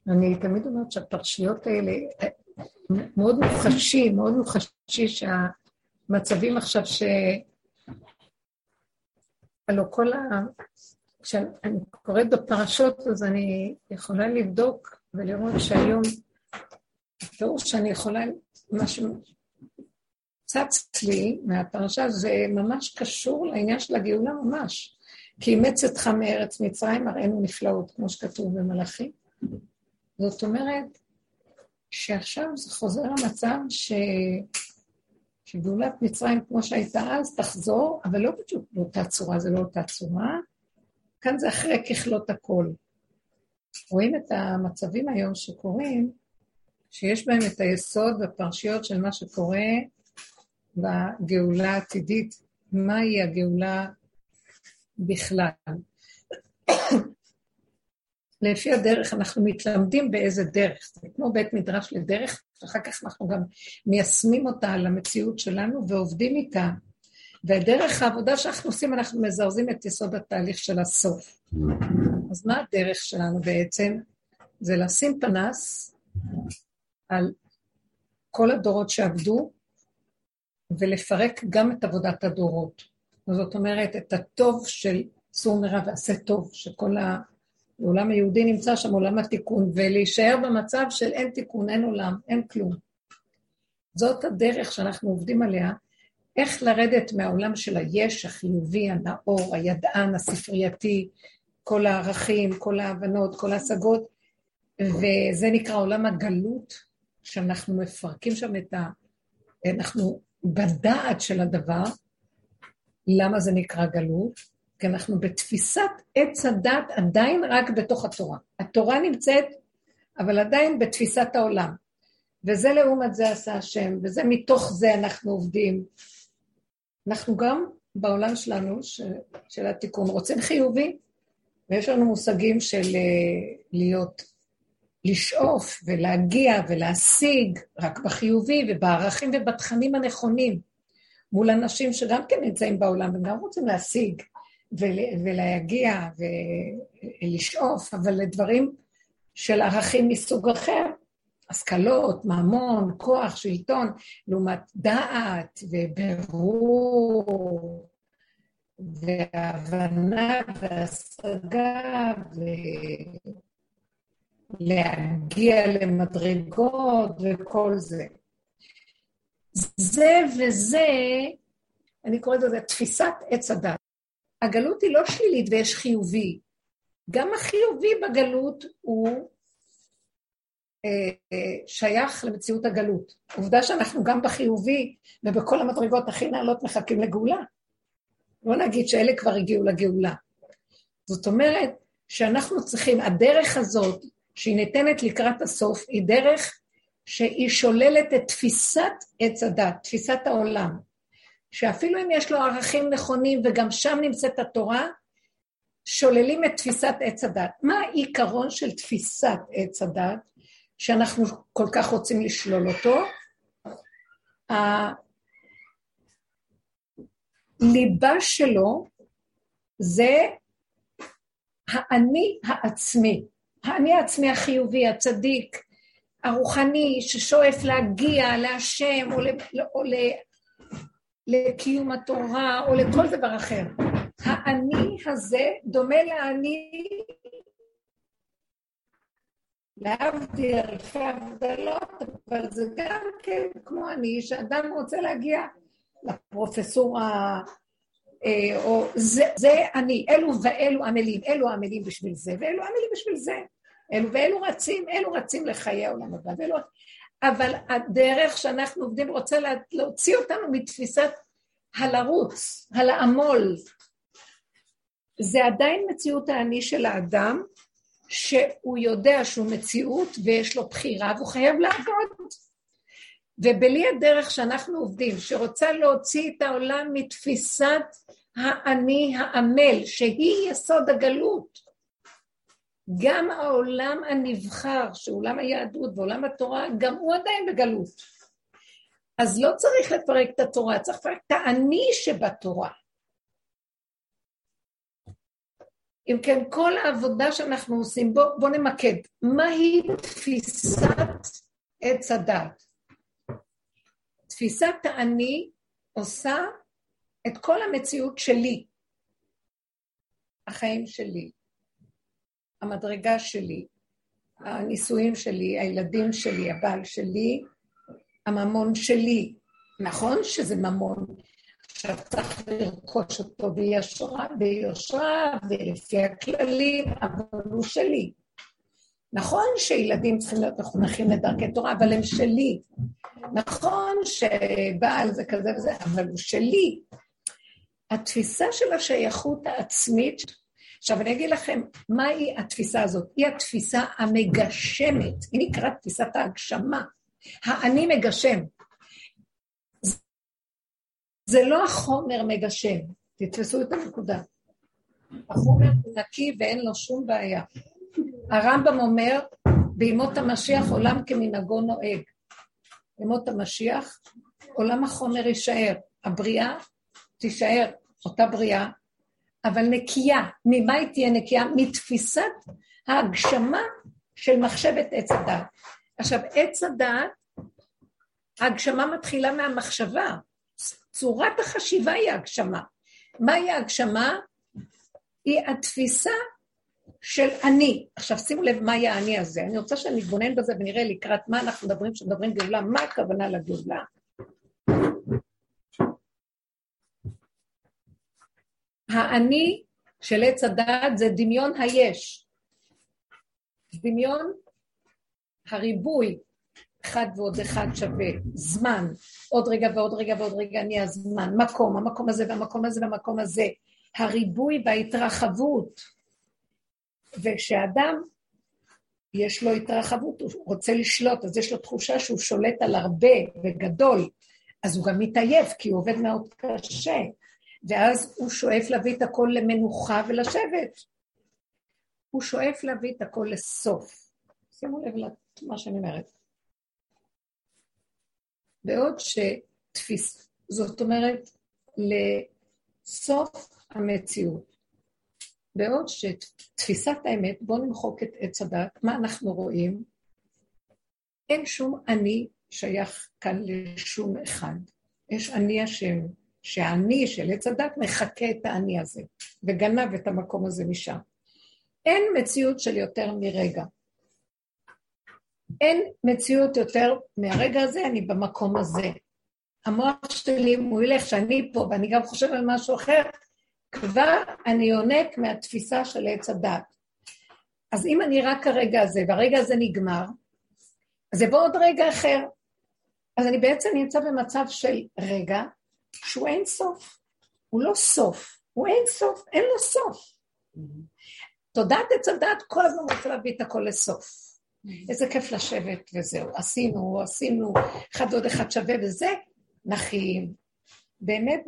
אני תמיד אומרת שהפרשיות האלה מאוד מוחשי שהמצבים עכשיו הלוא כל כשאני קוראת בפרשות, אז אני יכולה לבדוק ולראות שהיום, התיאור שאני יכולה, משהו צץ לי מהפרשה, זה ממש קשור לעניין של הגאולה ממש. כי אימץ אותך מארץ מצרים, הראינו נפלאות, כמו שכתוב במלאכים. זאת אומרת, שעכשיו זה חוזר המצב שגאולת מצרים, כמו שהייתה אז, תחזור, אבל לא בדיוק באותה צורה, זה לא אותה צורה, כאן זה אחרי ככלות הכל. רואים את המצבים היום שקורים, שיש בהם את היסוד והפרשיות של מה שקורה בגאולה העתידית, מהי הגאולה בכלל. לפי הדרך אנחנו מתלמדים באיזה דרך, זה כמו בית מדרש לדרך, ואחר כך אנחנו גם מיישמים אותה על המציאות שלנו ועובדים איתה. ודרך העבודה שאנחנו עושים, אנחנו מזרזים את יסוד התהליך של הסוף. אז מה הדרך שלנו בעצם? זה לשים פנס על כל הדורות שעבדו, ולפרק גם את עבודת הדורות. זאת אומרת, את הטוב של סור מרע ועשה טוב, שכל העולם היהודי נמצא שם, עולם התיקון, ולהישאר במצב של אין תיקון, אין עולם, אין כלום. זאת הדרך שאנחנו עובדים עליה, איך לרדת מהעולם של היש, החיובי, הנאור, הידען, הספרייתי, כל הערכים, כל ההבנות, כל ההשגות, וזה נקרא עולם הגלות, שאנחנו מפרקים שם אנחנו בדעת של הדבר, למה זה נקרא גלות? כי אנחנו בתפיסת עץ הדת עדיין רק בתוך התורה. התורה נמצאת, אבל עדיין בתפיסת העולם. וזה לעומת זה עשה השם, וזה מתוך זה אנחנו עובדים. אנחנו גם בעולם שלנו, של התיקון, רוצים חיובי, ויש לנו מושגים של לשאוף ולהגיע ולהשיג רק בחיובי ובערכים ובתכנים הנכונים, מול אנשים שגם כן נמצאים בעולם, והם גם רוצים להשיג ולהגיע ולשאוף, אבל לדברים של ערכים מסוג אחר, השכלות, ממון, כוח, שלטון, לעומת דעת וברור והבנה והשגה ולהגיע למדרגות וכל זה. זה וזה, אני קוראת לזה תפיסת עץ הדת. הגלות היא לא שלילית ויש חיובי. גם החיובי בגלות הוא שייך למציאות הגלות. עובדה שאנחנו גם בחיובי ובכל המדרגות הכי נעלות מחכים לגאולה. לא נגיד שאלה כבר הגיעו לגאולה. זאת אומרת שאנחנו צריכים, הדרך הזאת שהיא ניתנת לקראת הסוף, היא דרך שהיא שוללת את תפיסת עץ הדת, תפיסת העולם. שאפילו אם יש לו ערכים נכונים וגם שם נמצאת התורה, שוללים את תפיסת עץ הדת. מה העיקרון של תפיסת עץ הדת? שאנחנו כל כך רוצים לשלול אותו, הליבה שלו זה האני העצמי, האני העצמי החיובי, הצדיק, הרוחני, ששואף להגיע להשם, או לקיום התורה, או לכל דבר אחר. האני הזה דומה לאני, להבדיל אלפי הבדלות, אבל זה גם כן כמו אני, שאדם רוצה להגיע לפרופסורה, או זה אני, אלו ואלו עמלים, אלו עמלים בשביל זה, ואלו עמלים בשביל זה, אלו ואלו רצים לחיי העולם הבא, אבל הדרך שאנחנו עובדים רוצה להוציא אותנו מתפיסת הלרוץ, הלעמול, זה עדיין מציאות האני של האדם, שהוא יודע שהוא מציאות ויש לו בחירה והוא חייב לעבוד. ובלי הדרך שאנחנו עובדים, שרוצה להוציא את העולם מתפיסת האני העמל, שהיא יסוד הגלות. גם העולם הנבחר, שעולם היהדות ועולם התורה, גם הוא עדיין בגלות. אז לא צריך לפרק את התורה, צריך לפרק את האני שבתורה. אם כן, כל העבודה שאנחנו עושים, בוא נמקד. מהי תפיסת עץ הדת? תפיסת האני עושה את כל המציאות שלי, החיים שלי, המדרגה שלי, הנישואים שלי, הילדים שלי, הבעל שלי, הממון שלי. נכון שזה ממון, עכשיו צריך לרכוש אותו ביושרה ולפי הכללים, אבל הוא שלי. נכון שילדים צריכים להיות מחונכים לדרכי תורה, אבל הם שלי. נכון שבעל זה כזה וזה, אבל הוא שלי. התפיסה של השייכות העצמית, עכשיו אני אגיד לכם, מהי התפיסה הזאת? היא התפיסה המגשמת, היא נקראת תפיסת ההגשמה. האני מגשם. זה לא החומר מגשם, תתפסו את הנקודה. החומר נקי ואין לו שום בעיה. הרמב"ם אומר, בימות המשיח עולם כמנהגו נוהג. בימות המשיח, עולם החומר יישאר. הבריאה תישאר אותה בריאה, אבל נקייה. ממה היא תהיה נקייה? מתפיסת ההגשמה של מחשבת עץ הדעת. עכשיו, עץ הדעת, ההגשמה מתחילה מהמחשבה. צורת החשיבה היא ההגשמה. מהי ההגשמה? היא התפיסה של אני. עכשיו שימו לב מהי האני הזה. אני רוצה שנתבונן בזה ונראה לקראת מה אנחנו מדברים, כשמדברים גאולה, מה הכוונה לגאולה. האני של עץ הדעת זה דמיון היש. דמיון הריבוי. אחד ועוד אחד שווה, זמן, עוד רגע ועוד רגע ועוד רגע נהיה זמן, מקום, המקום הזה והמקום הזה והמקום הזה, הריבוי וההתרחבות, וכשאדם יש לו התרחבות, הוא רוצה לשלוט, אז יש לו תחושה שהוא שולט על הרבה וגדול, אז הוא גם מתעייף, כי הוא עובד מאוד קשה, ואז הוא שואף להביא את הכל למנוחה ולשבת, הוא שואף להביא את הכל לסוף, שימו לב למה שאני אומרת, בעוד שתפיס, זאת אומרת, לסוף המציאות. בעוד שתפיסת האמת, בואו נמחוק את עץ הדת, מה אנחנו רואים? אין שום אני שייך כאן לשום אחד. יש אני השם, שהאני של עץ הדת מחכה את האני הזה, וגנב את המקום הזה משם. אין מציאות של יותר מרגע. אין מציאות יותר מהרגע הזה, אני במקום הזה. המוח שלי, אם הוא ילך שאני פה, ואני גם חושב על משהו אחר, כבר אני יונק מהתפיסה של עץ הדת. אז אם אני רק הרגע הזה, והרגע הזה נגמר, אז יבוא עוד רגע אחר. אז אני בעצם נמצא במצב של רגע, שהוא אין סוף. הוא לא סוף, הוא אין סוף, אין לו סוף. תודעת עץ הדת כל הזמן רוצה להביא את הכל לסוף. איזה כיף לשבת וזהו, עשינו, אחד ועוד אחד שווה וזה, נחים. באמת,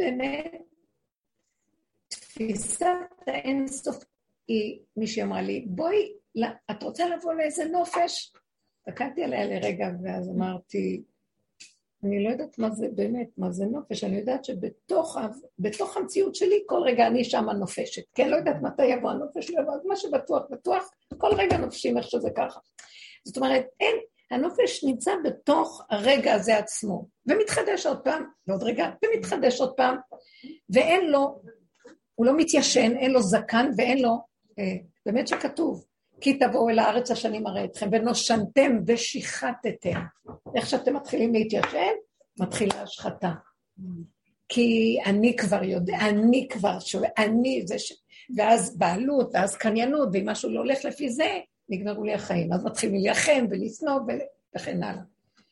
תפיסת האינסוף היא, מישהי אמרה לי, בואי, את רוצה לבוא לאיזה נופש? תקעתי עליה לרגע ואז אמרתי, אני לא יודעת מה זה באמת, מה זה נופש, אני יודעת שבתוך המציאות שלי כל רגע אני שם נופשת, כן, לא יודעת מתי יבוא הנופש, לא יבוא, מה שבטוח, כל רגע נופשים איך שזה ככה. זאת אומרת, הנופש נמצא בתוך הרגע הזה עצמו, ומתחדש עוד פעם, ועוד רגע, ומתחדש עוד פעם, ואין לו, הוא לא מתיישן, אין לו זקן, ואין לו, באמת שכתוב, כי תבואו אל הארץ השנים הרי אתכם, ונושנתם ושיחטתם. איך שאתם מתחילים להתיישן, מתחילה השחתה. כי אני כבר יודע, אני כבר שואל, אני זה ואז בעלות, ואז קניינות, ואם משהו לא הולך לפי זה, נגמרו לי החיים. אז מתחילים להילחם ולסנוע וכן הלאה.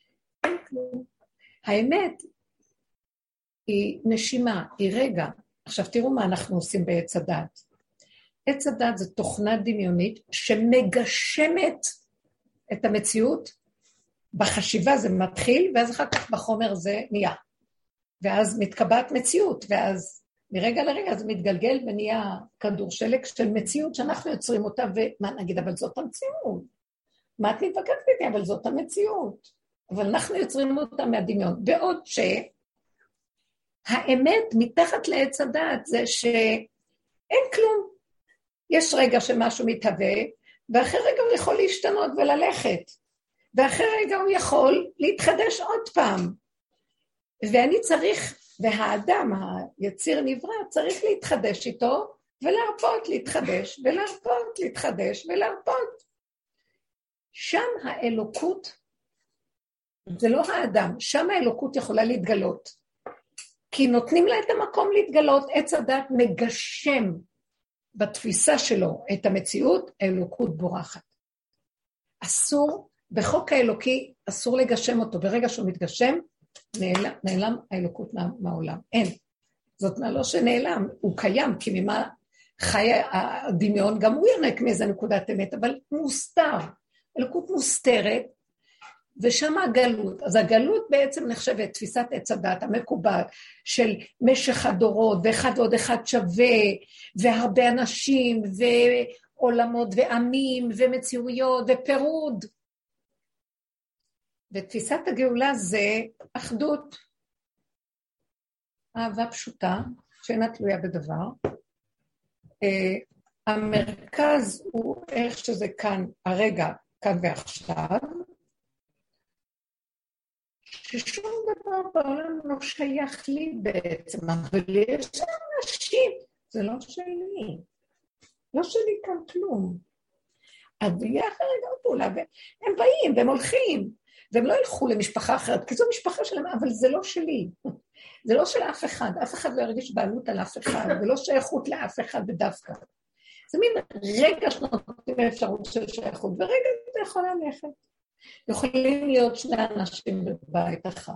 האמת היא נשימה, היא רגע. עכשיו תראו מה אנחנו עושים בעץ הדעת. עץ הדת זה תוכנה דמיונית שמגשמת את המציאות, בחשיבה זה מתחיל, ואז אחר כך בחומר זה נהיה. ואז מתקבעת מציאות, ואז מרגע לרגע זה מתגלגל ונהיה כדור שלג של מציאות שאנחנו יוצרים אותה, ומה נגיד, אבל זאת המציאות. מה את מתווכחת איתי? אבל זאת המציאות. אבל אנחנו יוצרים אותה מהדמיון. בעוד שהאמת מתחת לעץ הדת זה שאין כלום. יש רגע שמשהו מתהווה, ואחרי רגע הוא יכול להשתנות וללכת, ואחרי רגע הוא יכול להתחדש עוד פעם. ואני צריך, והאדם, היציר נברא, צריך להתחדש איתו, ולהרפות, להתחדש, ולהרפות, להתחדש, ולהרפות. שם האלוקות, זה לא האדם, שם האלוקות יכולה להתגלות. כי נותנים לה את המקום להתגלות, עץ הדת מגשם בתפיסה שלו את המציאות, האלוקות בורחת. אסור, בחוק האלוקי אסור לגשם אותו, ברגע שהוא מתגשם, נעלם האלוקות מהעולם. אין. זאת לא שנעלם, הוא קיים, כי ממה חי הדמיון, גם הוא ינק מאיזה נקודת אמת, אבל מוסתר. אלוקות מוסתרת, ושם הגלות. אז הגלות בעצם נחשבת תפיסת עץ הדת המקובל של משך הדורות, ואחד ועוד אחד שווה, והרבה אנשים, ועולמות, ועמים, ומציאויות, ופירוד. ותפיסת הגאולה זה אחדות, אהבה פשוטה, שאינה תלויה בדבר. המרכז הוא איך שזה כאן, הרגע, כאן ועכשיו, ששום דבר בעולם לא שייך לי בעצם, אבל יש אנשים, זה לא שלי, לא שלי כאן כלום. אז יהיה אחרי רגע פעולה, והם באים והם הולכים, והם לא ילכו למשפחה אחרת, כי זו משפחה שלהם, אבל זה לא שלי. זה לא של אף אחד, אף אחד לא ירגיש בעלות על אף אחד, ולא שייכות לאף אחד בדווקא. זה מין רגע שנותנים אפשרות של שייכות, ורגע זה יכול ללכת. יכולים להיות שני אנשים בבית אחד,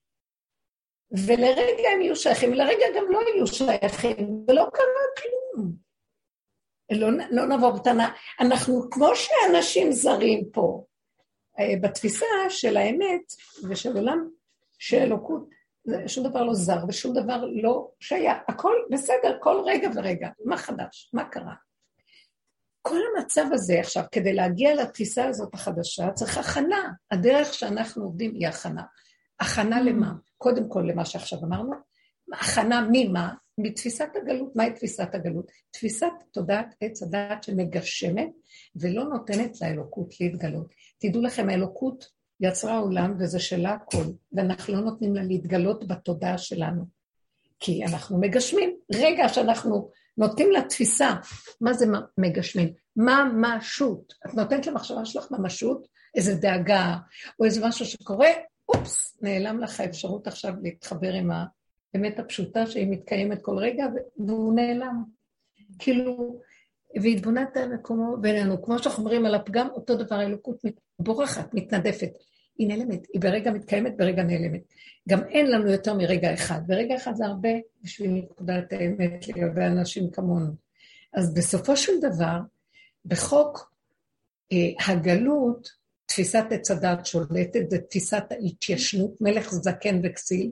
ולרגע הם יהיו שייכים, ולרגע גם לא יהיו שייכים, ולא קרה כלום. לא נבוא בתנה, אנחנו כמו שאנשים זרים פה, בתפיסה של האמת ושל עולם של אלוקות, שום דבר לא זר ושום דבר לא שייך, הכל בסדר, כל רגע ורגע, מה חדש, מה קרה? כל המצב הזה עכשיו, כדי להגיע לתפיסה הזאת החדשה, צריך הכנה, הדרך שאנחנו עובדים היא הכנה. הכנה למה? קודם כל למה שעכשיו אמרנו, הכנה ממה? מתפיסת הגלות. מהי תפיסת הגלות? תפיסת תודעת עץ הדעת שמגשמת, ולא נותנת לאלוקות להתגלות. תדעו לכם, האלוקות יצרה עולם, וזה שלה הכל, ואנחנו לא נותנים לה להתגלות בתודעה שלנו, כי אנחנו מגשמים. רגע שאנחנו נותנים לה תפיסה, מה זה מגשמים? מה משות? את נותנת למחשבה שלך ממשות, איזה דאגה, או איזה משהו שקורה, אופס, נעלם לך האפשרות עכשיו להתחבר עם האמת הפשוטה, שהיא מתקיימת כל רגע, והוא נעלם. כאילו, והתבונת מקומו בינינו, כמו שאנחנו אומרים על הפגם, אותו דבר, האלוקות בורחת, מתנדפת. היא נעלמת, היא ברגע מתקיימת, ברגע נעלמת. גם אין לנו יותר מרגע אחד, ורגע אחד זה הרבה בשביל נקודת האמת לגבי אנשים כמונו. אז בסופו של דבר, בחוק הגלות, תפיסת עץ הדת שולטת, זה תפיסת ההתיישנות, מלך זקן וכסיל,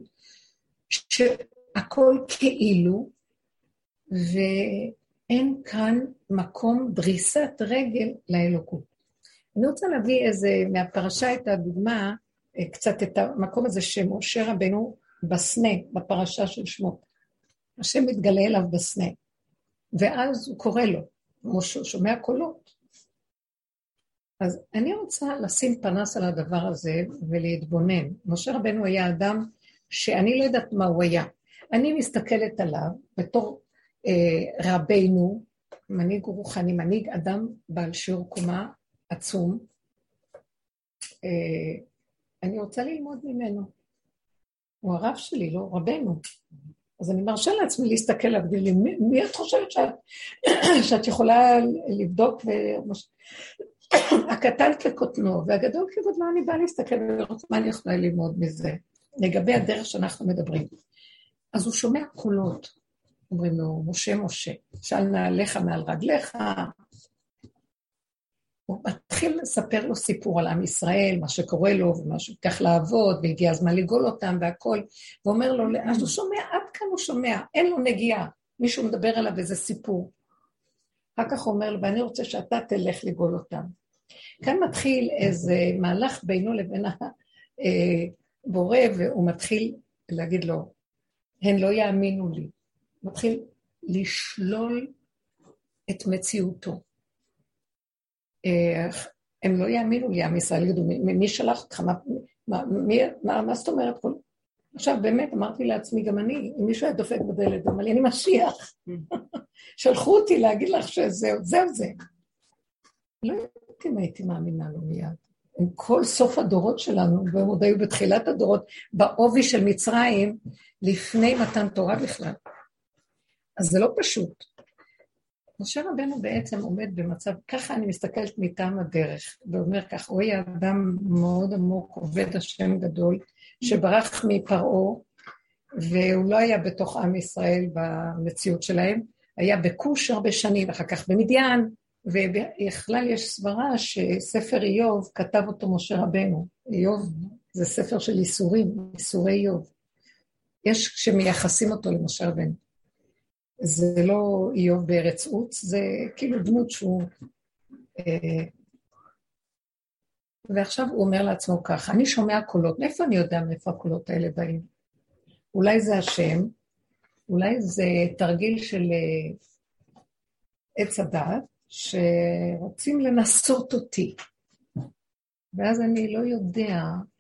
שהכל כאילו, ואין כאן מקום דריסת רגל לאלוקות. אני רוצה להביא מהפרשה את הדוגמה, קצת את המקום הזה שמשה רבנו בסנה, בפרשה של שמות. השם מתגלה אליו בסנה, ואז הוא קורא לו, משה שומע קולות. אז אני רוצה לשים פנס על הדבר הזה ולהתבונן. משה רבנו היה אדם שאני לא יודעת מה הוא היה. אני מסתכלת עליו בתור רבנו, מנהיג רוחני, מנהיג אדם בעל שיעור קומה עצום. אני רוצה ללמוד ממנו. הוא הרב שלי, לא רבנו. אז אני מרשה לעצמי להסתכל עליו, מי את חושבת שאת יכולה לבדוק הקטן כקוטנו, והגדול כגודלו, אני באה להסתכל ולראות מה אני יכולה ללמוד מזה, לגבי הדרך שאנחנו מדברים. אז הוא שומע קולות, אומרים לו, משה, משה, שאל נעליך מעל רגליך, הוא מתחיל לספר לו סיפור על עם ישראל, מה שקורה לו, ומה שכך לעבוד, והגיע הזמן לגאול אותם והכל, ואומר לו, אז הוא שומע, עד כאן הוא שומע, אין לו נגיעה, מישהו מדבר עליו איזה סיפור. אחר כך הוא אומר לו, ואני רוצה שאתה תלך לגאול אותם. כאן מתחיל איזה מהלך בינו לבין הבורא, והוא מתחיל להגיד לו, הן לא יאמינו לי. מתחיל לשלול את מציאותו. הם לא יאמינו לי, עם ישראל, יגידו, מי שלח אותך? מה זאת אומרת? עכשיו באמת אמרתי לעצמי, גם אני, אם מישהו היה דופק בדלת, אמר לי, אני משיח. שלחו אותי להגיד לך שזהו, זהו זה. לא יודעת אם הייתי מאמינה לו מיד. עם כל סוף הדורות שלנו, והם עוד היו בתחילת הדורות, בעובי של מצרים, לפני מתן תורה בכלל. אז זה לא פשוט. משה רבנו בעצם עומד במצב, ככה אני מסתכלת מטעם הדרך, ואומר כך, הוא היה אדם מאוד עמוק, עובד השם גדול, שברח מפרעה, והוא לא היה בתוך עם ישראל במציאות שלהם, היה בכוש הרבה שנים, אחר כך במדיין, ובכלל יש סברה שספר איוב כתב אותו משה רבנו. איוב זה ספר של איסורים, איסורי איוב. יש שמייחסים אותו למשה רבנו. זה לא איוב בארץ עוץ, זה כאילו דמות שהוא... ועכשיו הוא אומר לעצמו ככה, אני שומע קולות, מאיפה אני יודע מאיפה הקולות האלה באים? אולי זה השם, אולי זה תרגיל של עץ הדעת, שרוצים לנסות אותי. ואז אני לא יודע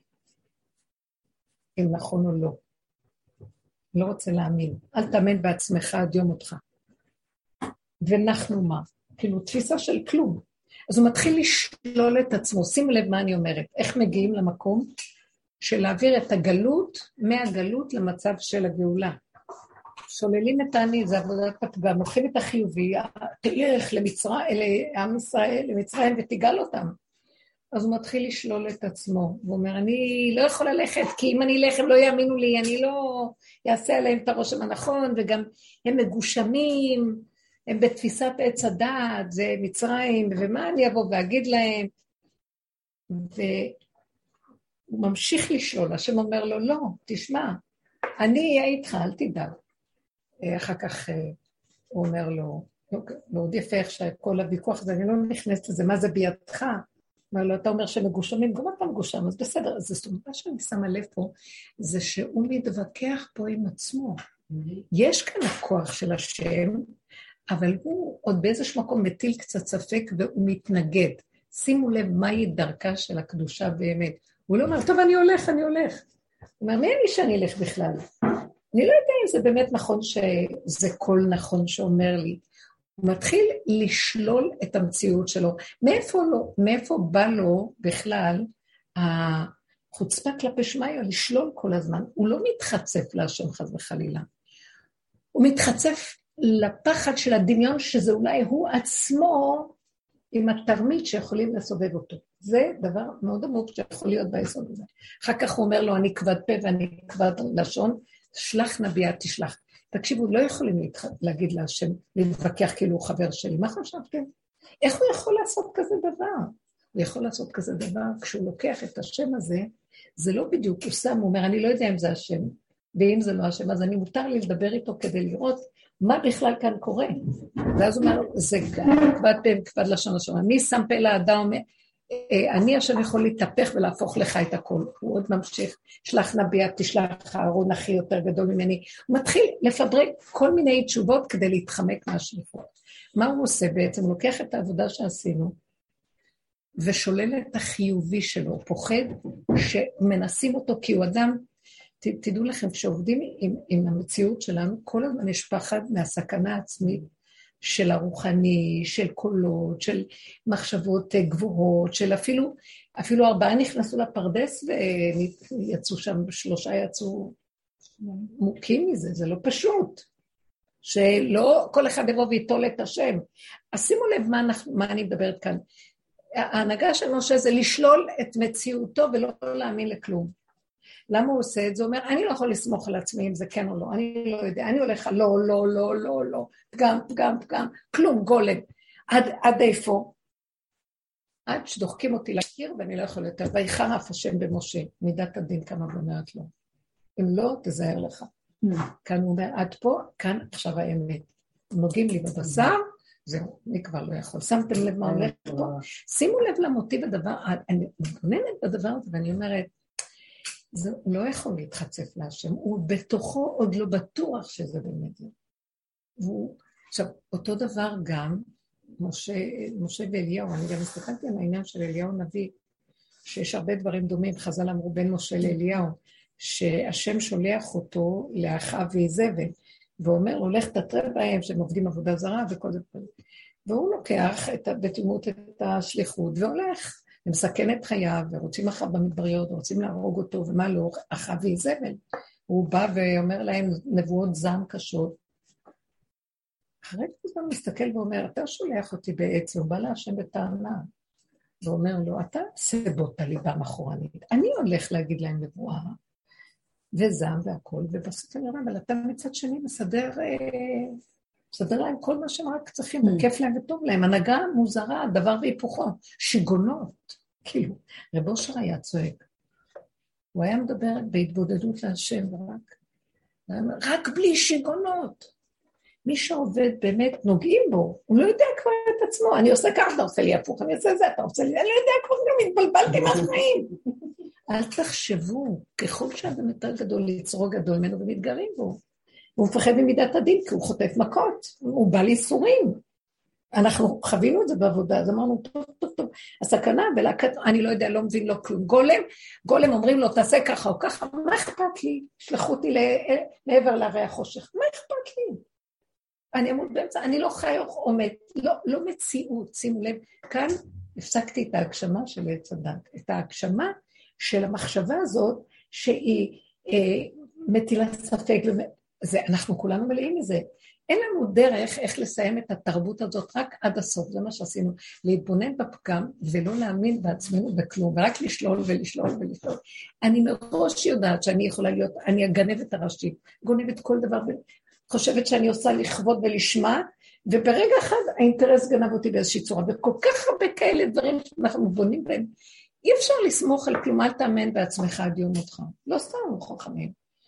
אם נכון או לא. לא רוצה להאמין. אל תאמן בעצמך עד יום אותך. ונחנו מה? כאילו תפיסה של כלום. אז הוא מתחיל לשלול את עצמו. שימו לב מה אני אומרת. איך מגיעים למקום של להעביר את הגלות, מהגלות למצב של הגאולה. שוללים את העני, זה עבודת הפגם, לוקחים את החיובי, תלך לעם ישראל, למצרים ותיגל אותם. אז הוא מתחיל לשלול את עצמו, הוא אומר, אני לא יכול ללכת, כי אם אני אלך הם לא יאמינו לי, אני לא אעשה עליהם את הרושם הנכון, וגם הם מגושמים, הם בתפיסת עץ הדעת, זה מצרים, ומה אני אבוא ואגיד להם? והוא ממשיך לשלול, השם אומר לו, לא, תשמע, אני אהיה איתך, אל תדאג. אחר כך הוא אומר לו, מאוד יפה איך שכל הוויכוח הזה, אני לא נכנסת לזה, מה זה בידך? אומר לו, אתה אומר שמגושמים, גם אתה מגושם, אז בסדר, אז זאת אומרת, מה שאני שמה לב פה, זה שהוא מתווכח פה עם עצמו. יש כאן הכוח של השם, אבל הוא עוד באיזשהו מקום מטיל קצת ספק, והוא מתנגד. שימו לב מהי דרכה של הקדושה באמת. הוא לא אומר, טוב, אני הולך. הוא אומר, מי אני שאני אלך בכלל? אני לא יודע אם זה באמת נכון שזה קול נכון שאומר לי. הוא מתחיל לשלול את המציאות שלו. מאיפה בא לו בכלל החוצפה כלפי שמיא לשלול כל הזמן? הוא לא מתחצף להשם חס וחלילה. הוא מתחצף לפחד של הדמיון שזה אולי הוא עצמו עם התרמית שיכולים לסובב אותו. זה דבר מאוד עמוק שיכול להיות ביסוד הזה. אחר כך הוא אומר לו, אני כבד פה ואני כבד לשון, שלח נביאה תשלח. תקשיבו, לא יכולים להגיד להשם, להתווכח כאילו הוא חבר שלי. מה חשבתם? איך הוא יכול לעשות כזה דבר? הוא יכול לעשות כזה דבר, כשהוא לוקח את השם הזה, זה לא בדיוק, הוא אומר, אני לא יודע אם זה השם, ואם זה לא השם, אז אני מותר לי לדבר איתו כדי לראות מה בכלל כאן קורה. ואז הוא אומר, זה כבד פה, כבד לשון השם. מי שם פה לאדם, אני השם יכול להתהפך ולהפוך לך את הכל. הוא עוד ממשיך, שלח נביאה, תשלח אהרון אחי יותר גדול ממני. הוא מתחיל לפברק כל מיני תשובות כדי להתחמק מהשליפות. מה הוא עושה בעצם? הוא לוקח את העבודה שעשינו, ושולל את החיובי שלו, פוחד שמנסים אותו, כי הוא אדם, תדעו לכם, כשעובדים עם המציאות שלנו, כל הזמן יש פחד מהסכנה העצמית, של הרוחני, של קולות, של מחשבות גבוהות, של אפילו 4 נכנסו לפרדס ויצאו שם, 3 יצאו מוכים מזה, זה לא פשוט. שלא כל אחד יבוא ויטול את השם. אז שימו לב מה אני מדברת כאן. ההנהגה של משה זה לשלול את מציאותו ולא להאמין לכלום. למה הוא עושה את זה? הוא אומר, אני לא יכול לסמוך על עצמי אם זה כן או לא, אני לא יודע, אני הולך לא, פגם, כלום, גולם. עד איפה? עד שדוחקים אותי לקיר ואני לא יכול יותר, ויחרף השם במשה, מידת הדין כמה ואומרת לו. אם לא, תזהר לך. כאן הוא אומר, עד פה, כאן עכשיו האמת. נוגעים לי בבשר, זהו, אני כבר לא יכול. שמתם לב מה הולך פה? שימו לב למוטיב הדבר, אני מתבוננת בדבר הזה ואני אומרת, זה לא יכול להתחצף להשם, הוא בתוכו עוד לא בטוח שזה באמת זה. עכשיו, אותו דבר גם משה ואליהו, אני גם הסתכלתי על העניין של אליהו נביא, שיש הרבה דברים דומים, חז"ל אמרו בין משה לאליהו, שהשם שולח אותו לאחיו ואיזבל, ואומר לו, לך תתראה בהם שהם עובדים עבודה זרה וכל זה. והוא לוקח בתמימות את השליחות והולך, ומסכן את חייו, ורוצים אחריו במדבריות, ורוצים להרוג אותו, ומה לא, אחיו ואיזבל. הוא בא ואומר להם נבואות זעם קשות. אחרי זה הוא מסתכל ואומר, אתה שולח אותי בעצם, הוא בא להשם בטענה, ואומר לו, אתה סבות הליבה מאחורנית, אני הולך להגיד להם נבואה, וזעם והכל, ובסוף אני אומר, אבל אתה מצד שני מסדר להם כל מה שהם רק צריכים, וכיף להם וטוב להם, הנהגה מוזרה, דבר והיפוכו, שיגונות, כאילו, רב אושר היה צועק, הוא היה מדבר בהתבודדות להשם, רק בלי שיגונות, מי שעובד באמת נוגעים בו, הוא לא יודע כבר את עצמו, אני עושה ככה, אתה עושה לי הפוך, אני עושה זה, אתה עושה לי, אני לא יודע, כבר גם התבלבלתי מהחיים. אל תחשבו, ככל שאדם יותר גדול, ליצרו גדול ממנו ומתגרים בו. הוא מפחד ממידת הדין, כי הוא חוטף מכות, הוא בא ליסורים. אנחנו חווינו את זה בעבודה, אז אמרנו, טוב, טוב, טוב, הסכנה, אני לא יודע, לא מבין לו כלום. גולם אומרים לו, תעשה ככה או ככה, מה אכפת לי? שלחו אותי לעבר להרי החושך, מה אכפת לי? אני אמור באמצע, אני לא חי עומד, לא מציאות, שימו לב, כאן הפסקתי את ההגשמה של עץ הדת, את ההגשמה של המחשבה הזאת, שהיא מטילה ספק, אנחנו כולנו מלאים מזה, אין לנו דרך איך לסיים את התרבות הזאת רק עד הסוף, זה מה שעשינו, להתבונן בפגם ולא להאמין בעצמנו בכלום, ורק לשלול ולשלול ולשלול. אני מראש יודעת שאני יכולה להיות, אני אגנבת הראשית, גונבת כל דבר, חושבת שאני עושה לכבוד ולשמה, וברגע אחד האינטרס גנב אותי באיזושהי צורה, וכל כך הרבה כאלה דברים שאנחנו בונים בהם, אי אפשר לסמוך על כלום, אל תאמן בעצמך עד יום אותך, לא סתם חכמים.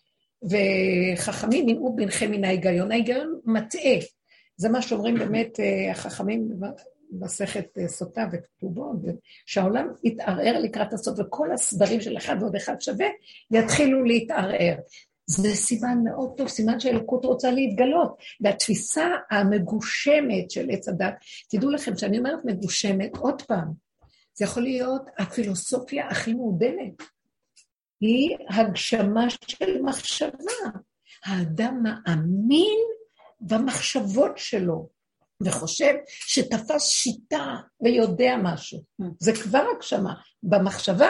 וחכמים נמעו בינכם מן ההיגיון, ההיגיון מטעה, זה מה שאומרים באמת החכמים מסכת סוטה וכתובות, שהעולם יתערער לקראת הסוף, וכל הסדרים של אחד ועוד אחד שווה, יתחילו להתערער. זה סימן מאוד טוב, סימן שהאלוקות רוצה להתגלות, והתפיסה המגושמת של עץ הדת, תדעו לכם שאני אומרת מגושמת, עוד פעם, זה יכול להיות הפילוסופיה הכי מעודנת, היא הגשמה של מחשבה, האדם מאמין במחשבות שלו, וחושב שתפס שיטה ויודע משהו, זה כבר הגשמה, במחשבה,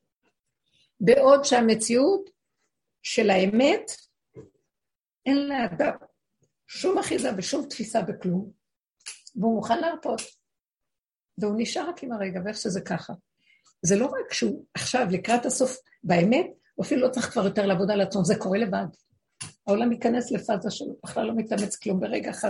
בעוד שהמציאות, של האמת, אין לאדם שום אחיזה ושום תפיסה בכלום, והוא מוכן להרפות, והוא נשאר רק עם הרגע, ואיך שזה ככה. זה לא רק שהוא עכשיו לקראת הסוף באמת, הוא אפילו לא צריך כבר יותר לעבוד על עצמו, זה קורה לבד. העולם ייכנס לפאזה שלו, בכלל לא מתאמץ כלום ברגע אחד.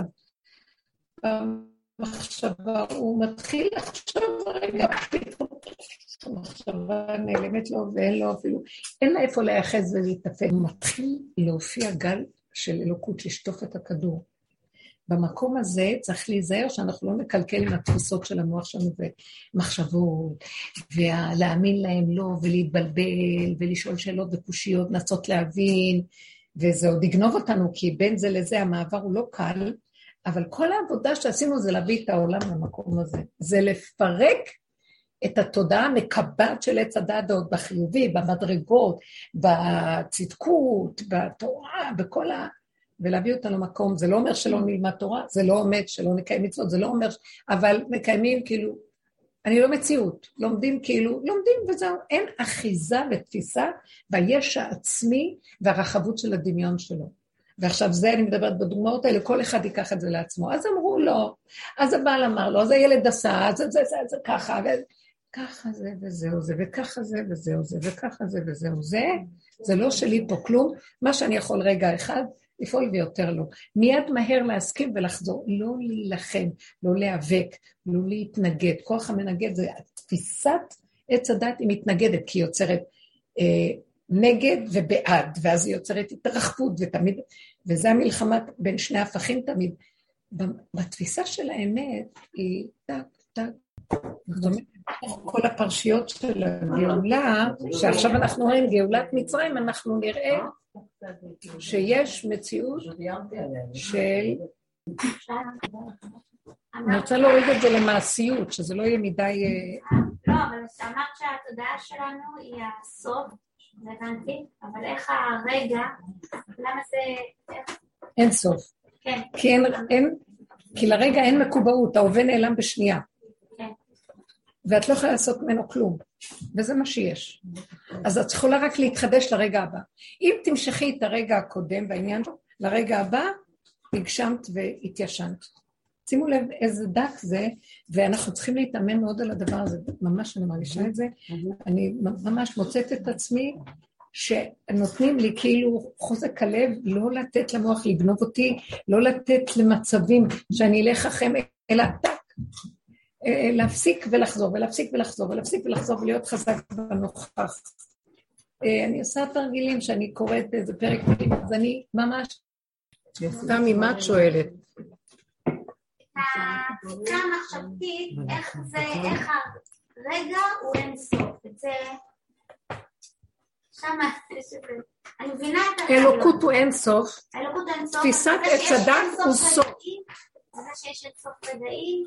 במחשבה הוא מתחיל לחשוב רגע, פתאום המחשבה נעלמת לו ואין לו אפילו, אין לה איפה להיאחז ולהתאפק. הוא מתחיל להופיע גל של אלוקות לשטוף את הכדור. במקום הזה צריך להיזהר שאנחנו לא נקלקל עם התפיסות של המוח שלנו ומחשבות, ולהאמין להם לא, ולהתבלבל, ולשאול שאלות וקושיות, לנסות להבין, וזה עוד יגנוב אותנו, כי בין זה לזה המעבר הוא לא קל, אבל כל העבודה שעשינו זה להביא את העולם למקום הזה. זה לפרק את התודעה המקבעת של עץ הדעת עוד בחיובי, במדרגות, בצדקות, בתורה, בכל ולהביא אותה למקום. זה לא אומר שלא נלמד תורה, זה לא אומר שלא נקיים מצוות, זה לא אומר, אבל מקיימים כאילו, אני לא מציאות, לומדים כאילו, לומדים וזהו, אין אחיזה ותפיסה ביש העצמי והרחבות של הדמיון שלו. ועכשיו זה אני מדברת בדוגמאות האלה, כל אחד ייקח את זה לעצמו. אז אמרו לו, אז הבעל אמר לו, אז הילד עשה, אז זה ככה, ככה זה וזהו זה, וככה זה וזהו זה, וככה זה וזהו זה, זה לא שלי פה כלום, מה שאני יכול רגע אחד, לפעול ויותר לא. מיד מהר להסכים ולחזור, לא להילחם, לא להיאבק, לא להתנגד. כוח המנגד זה תפיסת עץ הדת היא מתנגדת, כי היא יוצרת נגד ובעד, ואז היא יוצרת התרחבות ותמיד, וזה המלחמה בין שני הפכים תמיד. בתפיסה של האמת היא טק, טק, זאת אומרת, כל הפרשיות של הגאולה, שעכשיו אנחנו רואים גאולת מצרים, אנחנו נראה שיש מציאות של אני רוצה להוריד את זה למעשיות, שזה לא יהיה מדי... לא, אבל אמרת שהתודעה שלנו היא הסוף, זה הבנתי, אבל איך הרגע, למה זה... אין סוף. כן. כי לרגע אין מקובעות, ההווה נעלם בשנייה. כן. ואת לא יכולה לעשות ממנו כלום, וזה מה שיש. אז את יכולה רק להתחדש לרגע הבא. אם תמשכי את הרגע הקודם והעניין לרגע הבא, הגשמת והתיישנת. שימו לב איזה דק זה, ואנחנו צריכים להתאמן מאוד על הדבר הזה, ממש אני מרגישה את זה, אני ממש מוצאת את עצמי, שנותנים לי כאילו חוזק הלב, לא לתת למוח לגנוב אותי, לא לתת למצבים שאני אלך אחריהם, אלא טק, להפסיק ולחזור, ולהפסיק ולחזור, ולהפסיק ולחזור, ולהיות חזק בנוכח. אני עושה תרגילים שאני קוראת איזה פרק, אז אני ממש... תמי, מה את שואלת? התפיסה המחשבתית, איך הרגע הוא אין סוף, את זה... שמה, אני מבינה את הרעיון. אלוקות הוא אין סוף. אלוקות הוא אין סוף. תפיסת עץ הדת הוא סוף. זה שיש את סוף רגעים,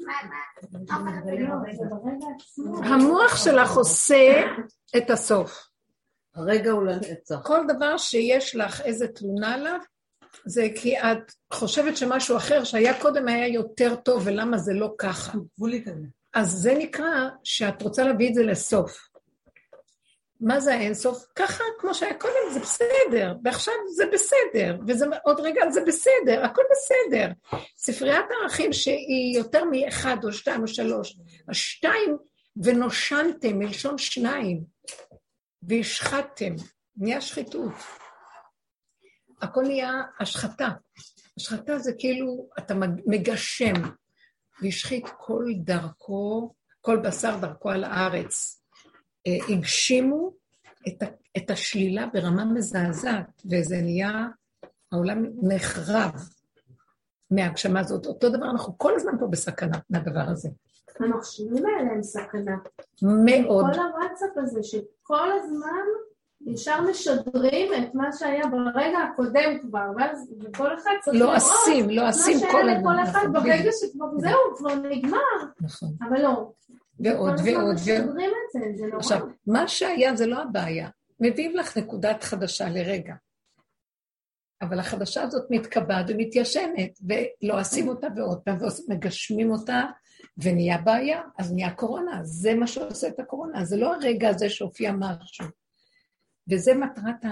המוח שלך עושה את הסוף. הרגע הוא לנצח. כל דבר שיש לך איזה תלונה עליו, זה כי את חושבת שמשהו אחר שהיה קודם היה יותר טוב, ולמה זה לא ככה. אז זה נקרא שאת רוצה להביא את זה לסוף. מה זה האינסוף? ככה, כמו שהיה קודם, זה בסדר, ועכשיו זה בסדר, ועוד רגע זה בסדר, הכל בסדר. ספריית הערכים שהיא יותר מאחד או שתיים או שלוש, השתיים ונושנתם, מלשון שניים, והשחטתם, נהיה שחיתות. הכל נהיה השחתה. השחתה זה כאילו, אתה מגשם, והשחית כל דרכו, כל בשר דרכו על הארץ. הגשימו את השלילה ברמה מזעזעת, וזה נהיה, העולם נחרב מהגשמה הזאת. אותו דבר, אנחנו כל הזמן פה בסכנה מהדבר הזה. המחשבים האלה הם סכנה. מאוד. כל הוואטסאפ הזה, שכל הזמן ישר משדרים את מה שהיה ברגע הקודם כבר, ואז כל אחד צריך לא עשים, לא עשים כל הזמן. כל אחד ברגע שכבר זהו, כבר נגמר. נכון. אבל לא. ועוד ועוד. משדרים את זה, זה נורא. עכשיו, מה שהיה זה לא הבעיה. מביאים לך נקודת חדשה לרגע. אבל החדשה הזאת מתקבעת ומתיישנת, ולא עושים אותה ועוד פעם, ומגשמים אותה, ונהיה בעיה, אז נהיה קורונה. זה מה שעושה את הקורונה. זה לא הרגע הזה שהופיע משהו. וזה מטרת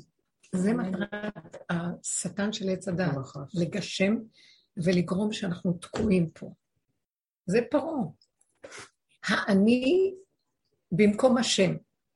השטן של עץ הדת, לגשם ולגרום שאנחנו תקועים פה. זה פרעה. האני במקום השם.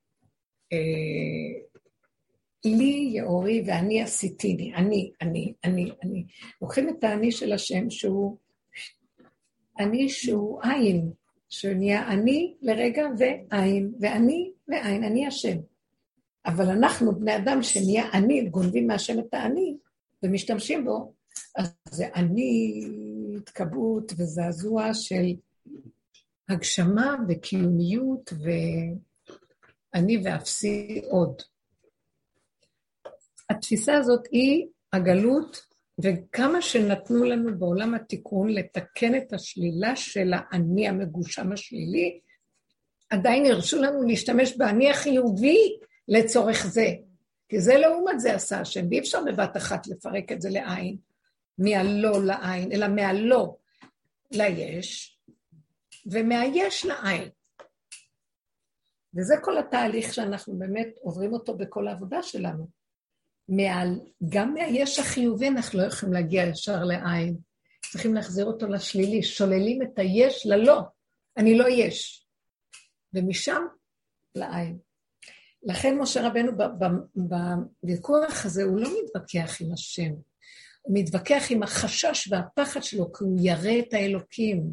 לי יאורי ואני עשיתיני. אני. לוקחים את האני של השם שהוא אני שהוא עין, שנהיה אני לרגע ועין, ואני ועין, אני השם. אבל אנחנו, בני אדם שנהיה אני, גונבים מהשם את האני, ומשתמשים בו, אז זה אני, התקבעות וזעזוע של הגשמה וקיומיות, ואני ואפסי עוד. התפיסה הזאת היא הגלות, וכמה שנתנו לנו בעולם התיקון לתקן את השלילה של האני המגושם השלילי, עדיין הרשו לנו להשתמש באני החיובי, לצורך זה, כי זה לעומת זה עשה השם, ואי אפשר בבת אחת לפרק את זה לעין, מהלא לעין, אלא מהלא ליש, ומהיש לעין. וזה כל התהליך שאנחנו באמת עוברים אותו בכל העבודה שלנו. גם מהיש החיובי אנחנו לא יכולים להגיע ישר לעין, צריכים להחזיר אותו לשלילי, שוללים את היש ללא, אני לא יש, ומשם לעין. לכן משה רבנו בוויכוח הזה הוא לא מתווכח עם השם, הוא מתווכח עם החשש והפחד שלו, כי הוא ירא את האלוקים.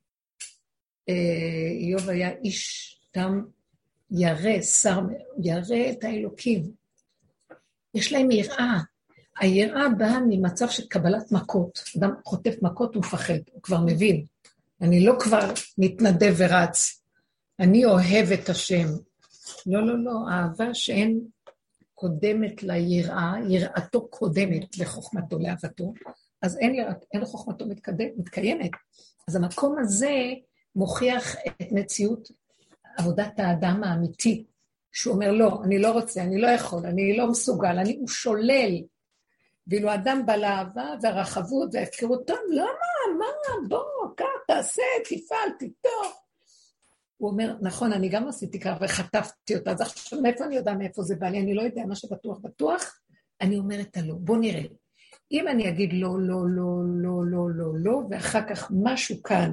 איוב היה איש תם ירא, שר, ירא את האלוקים. יש להם יראה. היראה באה ממצב של קבלת מכות. אדם חוטף מכות ומפחד, הוא כבר מבין. אני לא כבר מתנדב ורץ, אני אוהב את השם. לא, לא, לא, האהבה שאין קודמת ליראה, יראתו קודמת לחוכמתו, לאהבתו, אז אין חוכמתו מתקיימת. אז המקום הזה מוכיח את מציאות עבודת האדם האמיתי, שהוא אומר, לא, אני לא רוצה, אני לא יכול, אני לא מסוגל, הוא שולל. ואילו האדם בא לאהבה והרחבות וההפקרות, טוב, למה, מה, בוא, כך, תעשה, תפעל, תיטור. הוא אומר, נכון, אני גם עשיתי כך וחטפתי אותה, אז עכשיו מאיפה אני יודע מאיפה זה בא לי, אני לא יודע מה שבטוח בטוח, אני אומרת לא, בוא נראה. אם אני אגיד לא, לא, לא, לא, לא, לא, לא, ואחר כך משהו כאן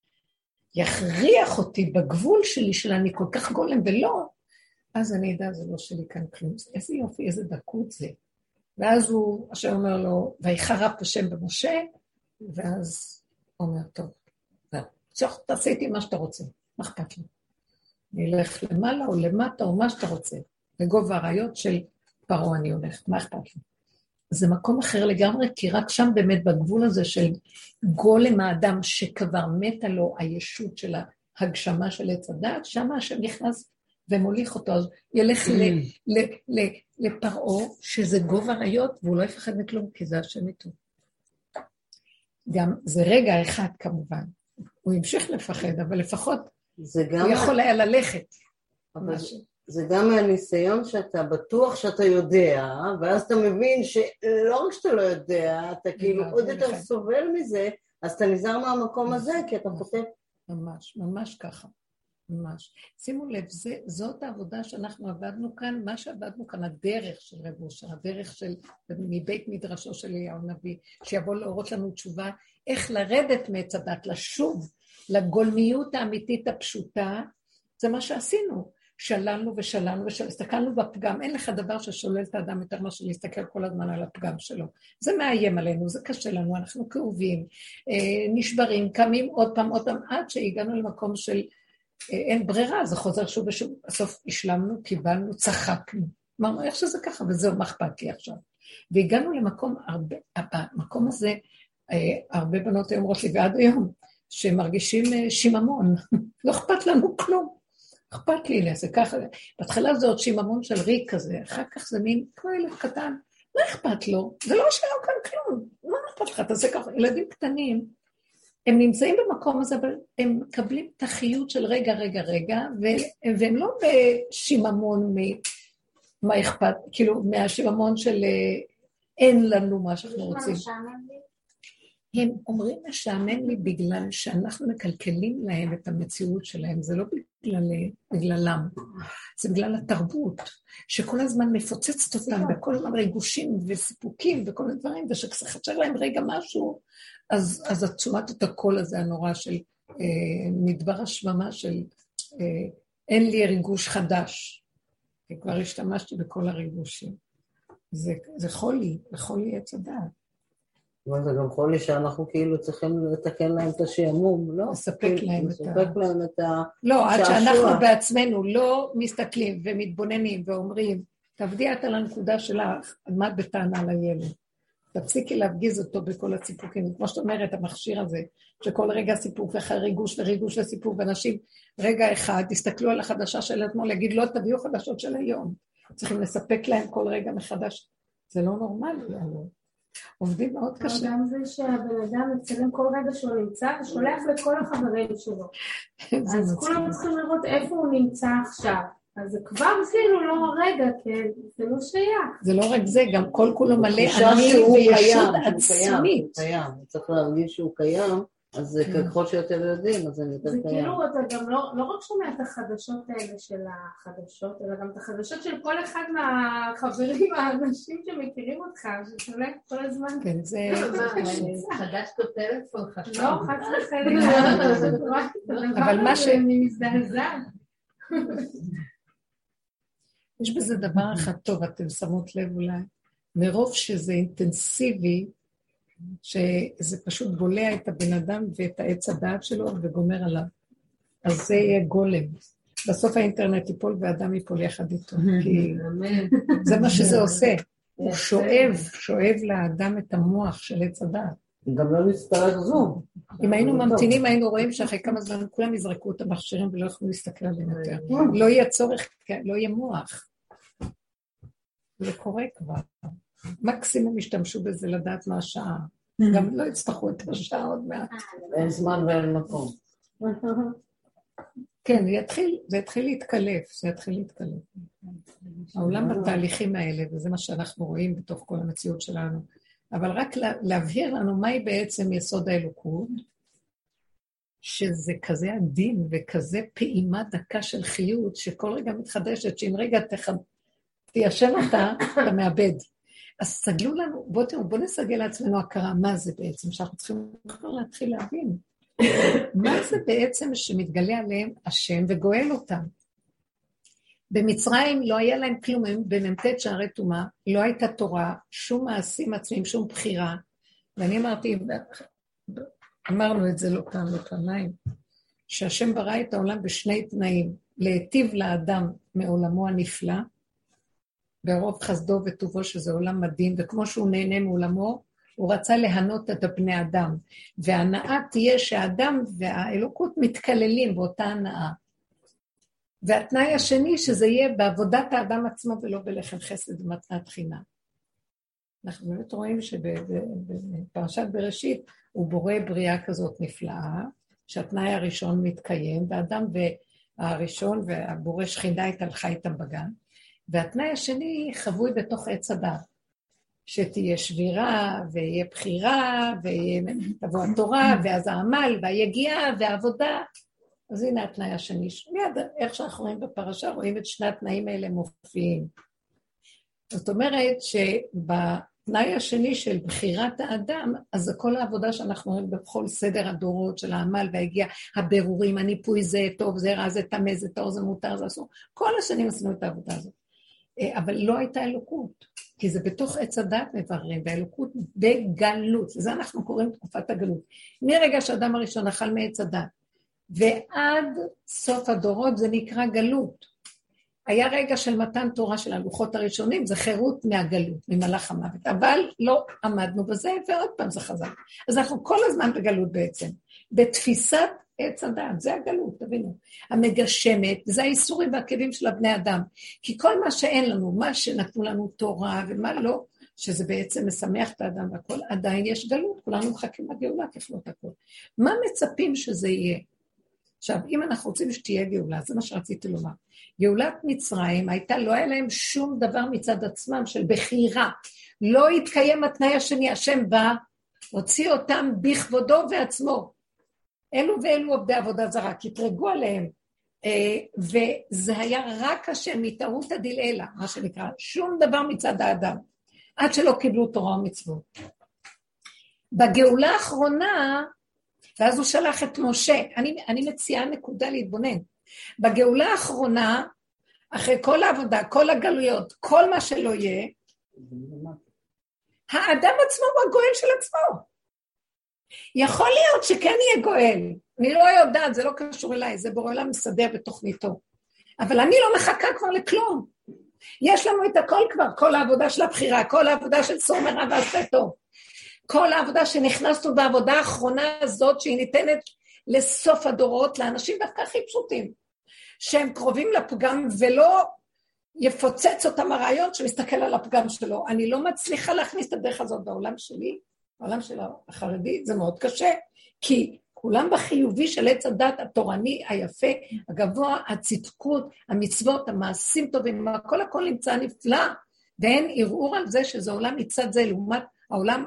יכריח אותי בגבול שלי, שאני כל כך גולם ולא, אז אני יודע, זה לא שלי כאן כלום. איזה יופי, איזה דקות זה. ואז השם אומר לו, ויחרף השם במשה, ואז הוא אומר, טוב, תעשה איתי מה שאתה רוצה, מה אכפת לי? אני אלך למעלה או למטה או מה שאתה רוצה. לגובה הראיות של פרעה אני הולך, מה אכפת לי? זה מקום אחר לגמרי, כי רק שם באמת בגבול הזה של גולם האדם שכבר מתה לו הישות של ההגשמה של עץ הדת, שם השם נכנס ומוליך אותו, אז ילך לפרעה שזה גובה הראיות, והוא לא יפחד מכלום, כי זה השם איתו. גם זה רגע אחד כמובן, הוא המשיך לפחד, אבל לפחות הוא יכול היה ללכת. זה גם מהניסיון שאתה בטוח שאתה יודע, ואז אתה מבין שלא רק שאתה לא יודע, אתה כאילו עוד יותר סובל מזה, אז אתה נזהר מהמקום הזה, כי אתה חושב... ממש, ממש ככה. ממש. שימו לב, זאת העבודה שאנחנו עבדנו כאן, מה שעבדנו כאן, הדרך של רב אושר, הדרך של, מבית מדרשו של אליהו הנביא, שיבוא להורות לנו תשובה, איך לרדת מעץ הדת, לשוב, לגולמיות האמיתית הפשוטה, זה מה שעשינו. שללנו ושללנו הסתכלנו בפגם, אין לך דבר ששולל את האדם יותר מה להסתכל כל הזמן על הפגם שלו. זה מאיים עלינו, זה קשה לנו, אנחנו כאובים, נשברים, קמים עוד פעם, עד שהגענו למקום של אין ברירה, זה חוזר שוב ושוב, בסוף השלמנו, קיבלנו, צחקנו. אמרנו, איך שזה ככה, וזהו, מה אכפת לי עכשיו? והגענו למקום, המקום הזה, הרבה בנות היום אומרות לי, ועד היום, שמרגישים שיממון, לא אכפת לנו כלום. אכפת לי זה ככה, בהתחלה זה עוד שיממון של ריק כזה, אחר כך זה מין כמו ילד קטן, מה אכפת לו? זה לא שלא כאן כלום, מה אכפת לך? תעשה ככה, ילדים קטנים, הם נמצאים במקום הזה, אבל הם מקבלים את החיות של רגע, והם לא בשיממון מה אכפת, כאילו מהשיממון של אין לנו מה שאנחנו רוצים. הם אומרים משעמם לי בגלל שאנחנו מקלקלים להם את המציאות שלהם, זה לא בגללם, זה בגלל התרבות, שכל הזמן מפוצצת אותם בכל הזמן ריגושים וסיפוקים וכל מיני דברים, ושחסר להם רגע משהו, אז את שומעת את הקול הזה הנורא של מדבר השממה של אין לי ריגוש חדש, כי כבר השתמשתי בכל הריגושים. זה חולי, וחולי עץ הדעת. אבל זה גם חולי שאנחנו כאילו צריכים לתקן להם את השעמום, לא? לספק להם את ה... לא, עד שאנחנו בעצמנו לא מסתכלים ומתבוננים ואומרים, תעבדי את על הנקודה שלך, עמד בטענה לילד. תפסיקי להפגיז אותו בכל הסיפוקים. כמו שאת אומרת, המכשיר הזה, שכל רגע סיפוק ואחרי ריגוש לסיפוק, ואנשים רגע אחד, תסתכלו על החדשה של אתמול, להגיד לא תביאו חדשות של היום. צריכים לספק להם כל רגע מחדש. זה לא נורמלי. עובדים מאוד קשה. גם זה שהבן אדם מצלם כל רגע שהוא נמצא, ושולח לכל החברים שלו. אז כולם צריכים לראות איפה הוא נמצא עכשיו. אז זה כבר כאילו לא רגע, כי זה לא שייך. זה לא רק זה, גם כל כולו מלא אני וישות עצמית. הוא קיים, צריך להרגיש שהוא קיים, אז ככל שיותר יודעים, אז אני יותר קיים. זה כאילו, אתה גם לא רק שומע את החדשות האלה של החדשות, אלא גם את החדשות של כל אחד מהחברים, האנשים שמכירים אותך, ששולח כל הזמן. כן, זה חדש בטלפון, חדש. לא, חדש לחלילה. אבל מה שאני מזדעזעת. יש בזה דבר אחד טוב, אתם שמות לב אולי, מרוב שזה אינטנסיבי, שזה פשוט בולע את הבן אדם ואת העץ הדעת שלו וגומר עליו. אז זה יהיה גולם. בסוף האינטרנט ייפול ואדם ייפול יחד איתו, כי זה מה שזה עושה. הוא שואב לאדם את המוח של עץ הדעת. גם לא נצטרך זום. אם היינו ממתינים, היינו רואים שאחרי כמה זמן כולם יזרקו את המכשירים ולא יכולו להסתכל עליהם יותר. לא יהיה צורך, לא יהיה מוח. זה קורה כבר. מקסימום השתמשו בזה לדעת מה השעה. גם לא יצטרכו את השעה עוד מעט. אין זמן ואין מקום. כן, זה יתחיל להתקלף, העולם בתהליכים האלה, וזה מה שאנחנו רואים בתוך כל המציאות שלנו. אבל רק להבהיר לנו מהי בעצם יסוד האלוקות, שזה כזה עדין וכזה פעימה דקה של חיות, שכל רגע מתחדשת, שאם רגע תיישב אותה, אתה מאבד. אז סגלו לנו, בואו נסגל לעצמנו הכרה, מה זה בעצם, שאנחנו צריכים להתחיל להבין. מה זה בעצם שמתגלה עליהם השם וגואל אותם? במצרים לא היה להם כלום, במ"ט שערי טומאה, לא הייתה תורה, שום מעשים עצמיים, שום בחירה. ואני אמרנו את זה לא פעם, לא פעמיים, שהשם ברא את העולם בשני תנאים, להיטיב לאדם מעולמו הנפלא, ברוב חסדו וטובו שזה עולם מדהים, וכמו שהוא נהנה מעולמו, הוא רצה להנות את הבני אדם, וההנאה תהיה שהאדם והאלוקות מתקללים באותה הנאה. והתנאי השני שזה יהיה בעבודת האדם עצמו ולא בלחם חסד ומתנת חינם. אנחנו באמת רואים שבפרשת בראשית הוא בורא בריאה כזאת נפלאה, שהתנאי הראשון מתקיים, והאדם והראשון והבורא שכינה התהלכה איתם בגן, והתנאי השני חבוי בתוך עץ הדת, שתהיה שבירה ויהיה בחירה ותבוא התורה ואז העמל והיגיעה והעבודה. אז הנה התנאי השני, מיד איך שאנחנו רואים בפרשה, רואים את שני התנאים האלה מופיעים. זאת אומרת שבתנאי השני של בחירת האדם, אז כל העבודה שאנחנו רואים בכל סדר הדורות של העמל וההגיעה, הבירורים, הניפוי זה טוב, זה רע, זה טמא, זה טוב, זה מותר, זה אסור, כל השנים עשינו את העבודה הזאת. אבל לא הייתה אלוקות, כי זה בתוך עץ הדת מבררים, והאלוקות בגלות, וזה אנחנו קוראים תקופת הגלות. מרגע שהאדם הראשון אכל מעץ הדת, ועד סוף הדורות זה נקרא גלות. היה רגע של מתן תורה של הלוחות הראשונים, זה חירות מהגלות, ממלאך המוות, אבל לא עמדנו בזה, ועוד פעם זה חזר. אז אנחנו כל הזמן בגלות בעצם, בתפיסת עץ הדת, זה הגלות, תבינו. המגשמת, זה האיסורים והכאבים של הבני אדם, כי כל מה שאין לנו, מה שנתנו לנו תורה ומה לא, שזה בעצם משמח את האדם והכל, עדיין יש גלות, כולנו מחכים לגאולה ככלות הכל. מה מצפים שזה יהיה? עכשיו, אם אנחנו רוצים שתהיה גאולה, זה מה שרציתי לומר. גאולת מצרים הייתה, לא היה להם שום דבר מצד עצמם של בחירה. לא התקיים התנאי השני, השם בא, הוציא אותם בכבודו ועצמו. אלו ואלו עובדי עבודה זרה, כי תרגו עליהם. וזה היה רק השם, מתערות הדלעילה, מה שנקרא, שום דבר מצד האדם, עד שלא קיבלו תורה ומצוות. בגאולה האחרונה, ואז הוא שלח את משה, אני מציעה נקודה להתבונן, בגאולה האחרונה, אחרי כל העבודה, כל הגלויות, כל מה שלא יהיה, האדם עצמו הוא הגואל של עצמו. יכול להיות שכן יהיה גואל, אני לא יודעת, זה לא קשור אליי, זה בורא עולם מסדר בתוכניתו, אבל אני לא מחכה כבר לכלום. יש לנו את הכל כבר, כל העבודה של הבחירה, כל העבודה של סור מרע ועשה טוב, כל העבודה שנכנסנו בעבודה האחרונה הזאת, שהיא ניתנת לסוף הדורות, לאנשים דווקא הכי פשוטים, שהם קרובים לפגם ולא יפוצץ אותם הרעיון שמסתכל על הפגם שלו. אני לא מצליחה להכניס את הדרך הזאת בעולם שלי, בעולם של החרדי, זה מאוד קשה, כי כולם בחיובי של עץ הדת התורני, היפה, הגבוה, הצדקות, המצוות, המעשים טובים, הכל נמצא נפלא, ואין ערעור על זה שזה עולם מצד זה, לעומת העולם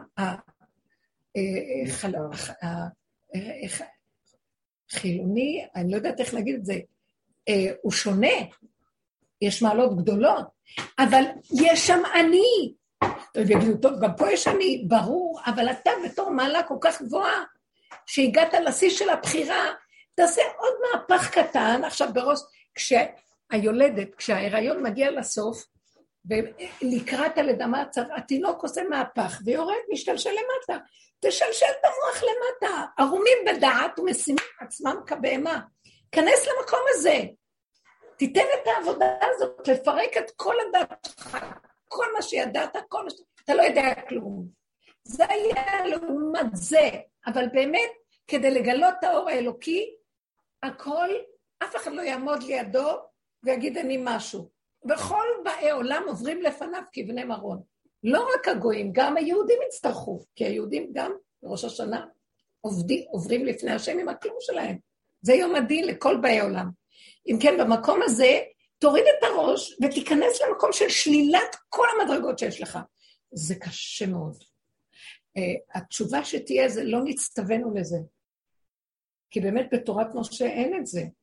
חילוני, אני לא יודעת איך להגיד את זה, הוא שונה, יש מעלות גדולות, אבל יש שם אני, טוב, גם פה יש אני, ברור, אבל אתה בתור מעלה כל כך גבוהה, שהגעת לשיא של הבחירה, תעשה עוד מהפך קטן, עכשיו בראש, כשהיולדת, כשההיריון מגיע לסוף, ולקראת הלידה התינוק עושה מהפך, ויורד, משתלשל למטה, תשלשל את המוח למטה, ערומים בדעת ומשימים עצמם כבהמה, כנס למקום הזה, תיתן את העבודה הזאת, לפרק את כל הדעת שלך, כל מה שידעת, כל מה אתה לא יודע כלום. זה היה לעומת זה, אבל באמת, כדי לגלות את האור האלוקי, הכל, אף אחד לא יעמוד לידו ויגיד אני משהו. וכל באי עולם עוברים לפניו כבני מרון. לא רק הגויים, גם היהודים יצטרכו, כי היהודים גם בראש השנה עוברים לפני השם עם הכלום שלהם. זה יום הדין לכל באי עולם. אם כן, במקום הזה, תוריד את הראש ותיכנס למקום של שלילת כל המדרגות שיש לך. זה קשה מאוד. התשובה שתהיה זה לא נצטווינו לזה. כי באמת בתורת משה אין את זה.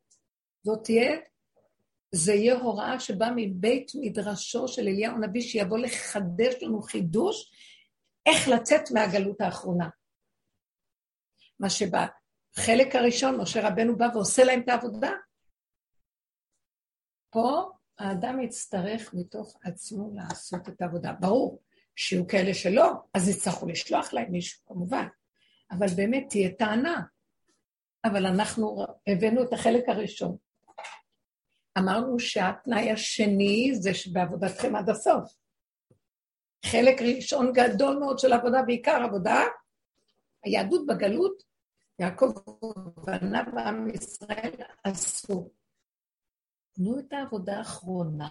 זה יהיה הוראה שבאה מבית מדרשו של אליהו הנביא, שיבוא לחדש לנו חידוש, איך לצאת מהגלות האחרונה. מה שבחלק הראשון, משה רבנו בא ועושה להם את העבודה, פה האדם יצטרך מתוך עצמו לעשות את העבודה. ברור שיהיו כאלה שלא, אז יצטרכו לשלוח להם מישהו, כמובן. אבל באמת תהיה טענה. אבל אנחנו הבאנו את החלק הראשון. אמרנו שהתנאי השני זה שבעבודתכם עד הסוף. חלק ראשון גדול מאוד של עבודה, בעיקר עבודה, היהדות בגלות, יעקב ובניו בעם ישראל עשו. תנו את העבודה האחרונה,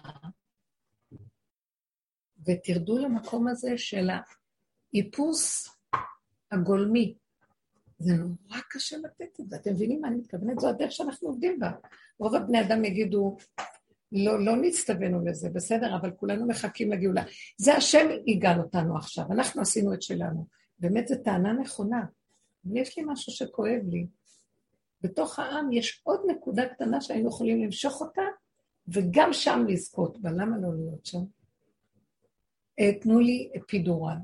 ותרדו למקום הזה של האיפוס הגולמי. זה נורא קשה לתת את זה. אתם מבינים מה אני מתכוונת? זו הדרך שאנחנו עובדים בה. רוב הבני אדם יגידו, לא נצטווינו לזה, בסדר, אבל כולנו מחכים לגאולה. זה השם יגאל אותנו עכשיו, אנחנו עשינו את שלנו. באמת זו טענה נכונה. אבל יש לי משהו שכואב לי. בתוך העם יש עוד נקודה קטנה שהיינו יכולים למשוך אותה, וגם שם לזכות בה. למה לא להיות שם? תנו לי אפידורל.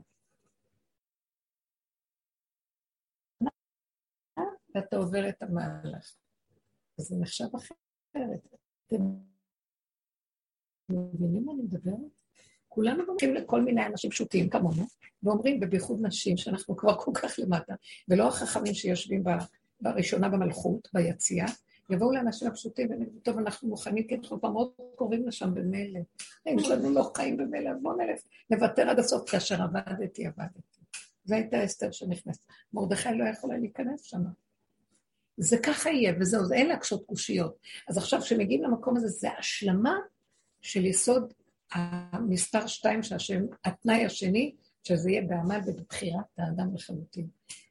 ואתה עובר את המהלך. אז זה נחשב אחרת. אתם מבינים מה אני מדברת? כולנו הולכים לכל מיני אנשים פשוטים כמונו, ואומרים בבייחוד נשים שאנחנו כבר כל כך למטה, ולא החכמים שיושבים בראשונה במלכות, ביציאה, יבואו לאנשים הפשוטים ונגידו, טוב, אנחנו מוכנים, כי אנחנו פעם מאוד קוראים לשם במילא. יש לנו לא חיים במילא, בוא נוותר עד הסוף, כאשר עבדתי. זו הייתה אסתר שנכנסת. מרדכי לא יכולה להיכנס שם. זה ככה יהיה, וזהו, זה אין להקשות קושיות. אז עכשיו שמגיעים למקום הזה, זה השלמה של יסוד המספר 2 שהשם, התנאי השני, שזה יהיה בעמל ובבחירת האדם לחלוטין.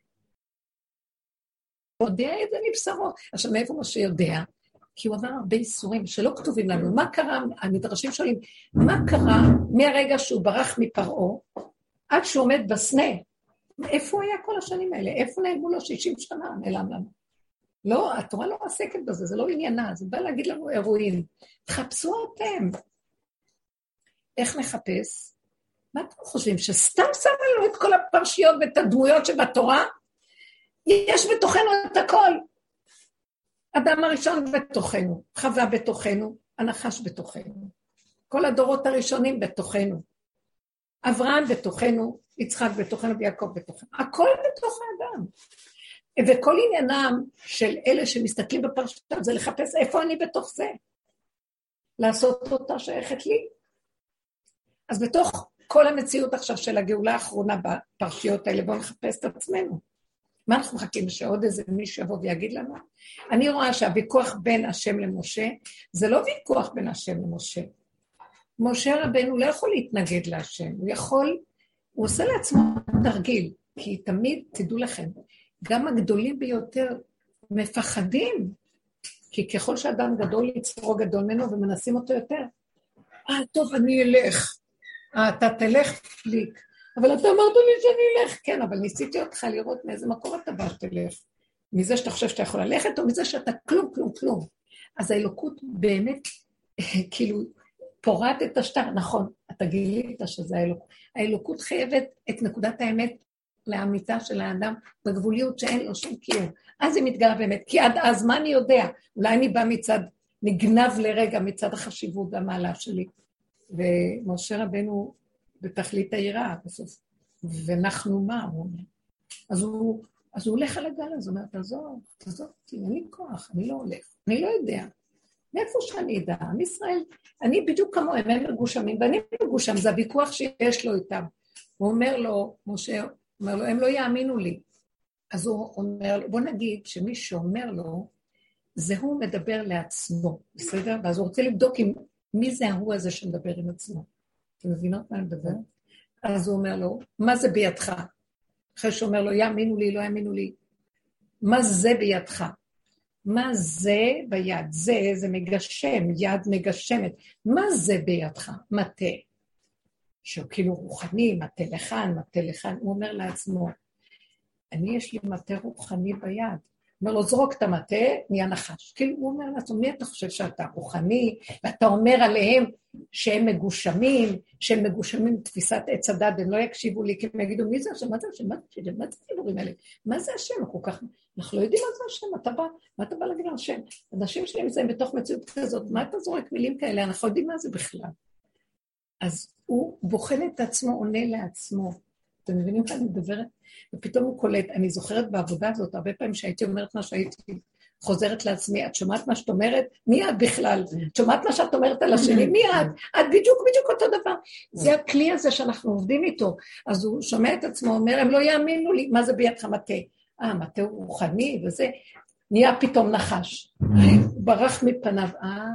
יודע את זה מבשרו. עכשיו, מאיפה משה יודע? כי הוא עבר הרבה איסורים שלא כתובים לנו. מה קרה? המדרשים שואלים, מה קרה מהרגע שהוא ברח מפרעה, עד שהוא עומד בסנה? איפה הוא היה כל השנים האלה? איפה נעלמו לו 60 שנה? נעלם לנו. לא, התורה לא עסקת בזה, זה לא עניינה, זה בא להגיד לנו אירועים. תחפשו אתם. איך נחפש? מה אתם חושבים? שסתם שמה לנו את כל הפרשיות ואת הדמויות שבתורה? יש בתוכנו את הכל. אדם הראשון בתוכנו, חווה בתוכנו, הנחש בתוכנו. כל הדורות הראשונים בתוכנו. אברהם בתוכנו, יצחק בתוכנו ויעקב בתוכנו. הכל בתוך האדם. וכל עניינם של אלה שמסתכלים בפרשת זה לחפש איפה אני בתוך זה. לעשות אותה שייכת לי. אז בתוך כל המציאות עכשיו של הגאולה האחרונה בפרשיות האלה, בואו נחפש את עצמנו. מה אנחנו מחכים? שעוד איזה מישהו יבוא ויגיד לנו? אני רואה שהוויכוח בין השם למשה, זה לא ויכוח בין השם למשה. משה רבנו לא יכול להתנגד להשם, הוא עושה לעצמו תרגיל, כי תמיד, תדעו לכם, גם הגדולים ביותר מפחדים, כי ככל שאדם גדול יצרו גדול ממנו ומנסים אותו יותר, טוב, אני אלך, אתה תלך פליק, אבל אתה אמרת לי שאני אלך, כן, אבל ניסיתי אותך לראות מאיזה מקום אתה בא שתלך, מזה שאתה חושב שאתה יכול ללכת, או מזה שאתה כלום. אז האלוקות באמת, כאילו, פורט את השטר, נכון, אתה גילית שזה האלוקות. האלוקות חייבת את נקודת האמת לאמיתה של האדם, בגבוליות שאין לו שום קיום. אז היא מתגלה באמת, כי עד אז מה אני יודע? אולי אני בא נגנב לרגע מצד החשיבות והמעלה שלי. ומשה רבנו בתכלית היראה בסוף. ואנחנו מה? הוא אומר. אז הוא הולך על הגל, אז הוא אומר, תעזוב, אין לי כוח, אני לא הולך, אני לא יודע. מאיפה שאני אדע? עם ישראל, אני בדיוק כמוהם, הם מגושמים, ואני מגושם, זה הוויכוח שיש לו איתם. הוא אומר לו, משה, אומר לו, הם לא יאמינו לי. אז הוא אומר לו, בוא נגיד שמי שאומר לו, זה הוא מדבר לעצמו, בסדר? ואז הוא רוצה לבדוק מי זה ההוא הזה שמדבר עם עצמו. אתם מבינות מה אני מדבר? אז הוא אומר לו, מה זה בידך? אחרי שהוא אומר לו, יאמינו לי, לא יאמינו לי. מה זה בידך? מה זה ביד? זה מגשם, יד מגשמת. מה זה בידך? מטה. שהוא כאילו רוחני, מטה לכאן, מטה לכאן. הוא אומר לעצמו, אני יש לי מטה רוחני ביד. הוא אומר לו, זרוק את המטה, נהיה נחש. כאילו הוא אומר לעצמו, מי אתה חושב שאתה רוחני? ואתה אומר עליהם שהם מגושמים תפיסת עץ הדת, הם לא יקשיבו לי, כי הם יגידו, מי זה השם? מה זה השם? מה זה הדיבורים האלה? מה זה השם? אנחנו לא יודעים מה זה השם, מה אתה בא להגיד על השם? אנשים שלי נמצאים בתוך מציאות כזאת, מה אתה זורק מילים כאלה? אנחנו יודעים מה זה בכלל. אז הוא בוחן את עצמו, עונה לעצמו. אתם מבינים מה אני מדברת? ופתאום הוא קולט, אני זוכרת בעבודה הזאת, הרבה פעמים שהייתי אומרת מה שהייתי חוזרת לעצמי, את שומעת מה שאת אומרת? מי את בכלל? את שומעת מה שאת אומרת על השני? מי את? את בדיוק אותו דבר. זה הכלי הזה שאנחנו עובדים איתו. אז הוא שומע את עצמו, אומר, הם לא יאמינו לי, מה זה בידך מטה? מטה הוא רוחני, וזה נהיה פתאום נחש. ברח מפניו,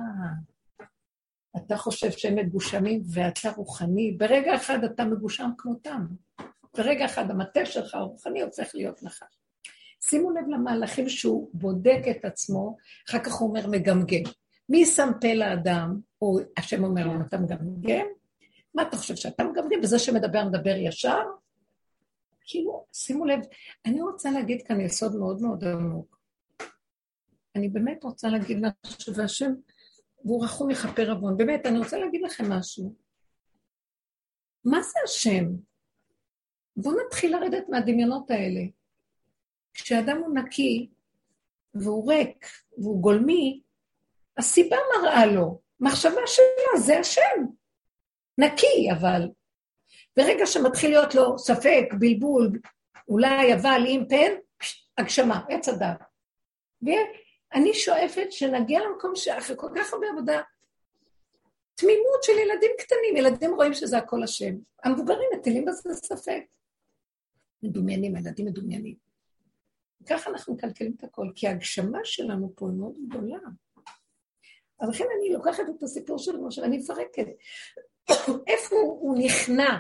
אתה חושב שהם מגושמים ואתה רוחני, ברגע אחד אתה מגושם כמותם. ברגע אחד המטה שלך הרוחני הופך להיות נחש. שימו לב למהלכים שהוא בודק את עצמו, אחר כך הוא אומר מגמגם. מי שם פה לאדם, או השם אומר לו, אתה מגמגם? מה אתה חושב שאתה מגמגם? וזה שמדבר, מדבר ישר? כאילו, שימו לב, אני רוצה להגיד כאן יסוד מאוד מאוד עמוק. אני באמת רוצה להגיד משהו, והשם, והוא רחום יכפר עוון. באמת, אני רוצה להגיד לכם משהו. מה זה השם? בואו נתחיל לרדת מהדמיונות האלה. כשאדם הוא נקי, והוא ריק, והוא גולמי, הסיבה מראה לו, מחשבה שלה, זה השם. נקי, אבל. ברגע שמתחיל להיות לו ספק, בלבול, אולי אבל עם פן, הגשמה, עץ הדת. ואני שואפת שנגיע למקום שאחרי כל כך הרבה עבודה, תמימות של ילדים קטנים, ילדים רואים שזה הכל השם. המבוגרים מטילים בזה ספק. מדומיינים, ילדים מדומיינים. וככה אנחנו מקלקלים את הכל, כי ההגשמה שלנו פה היא מאוד גדולה. אז לכן אני לוקחת את הסיפור של משה, ואני מפרקת. איפה הוא נכנע?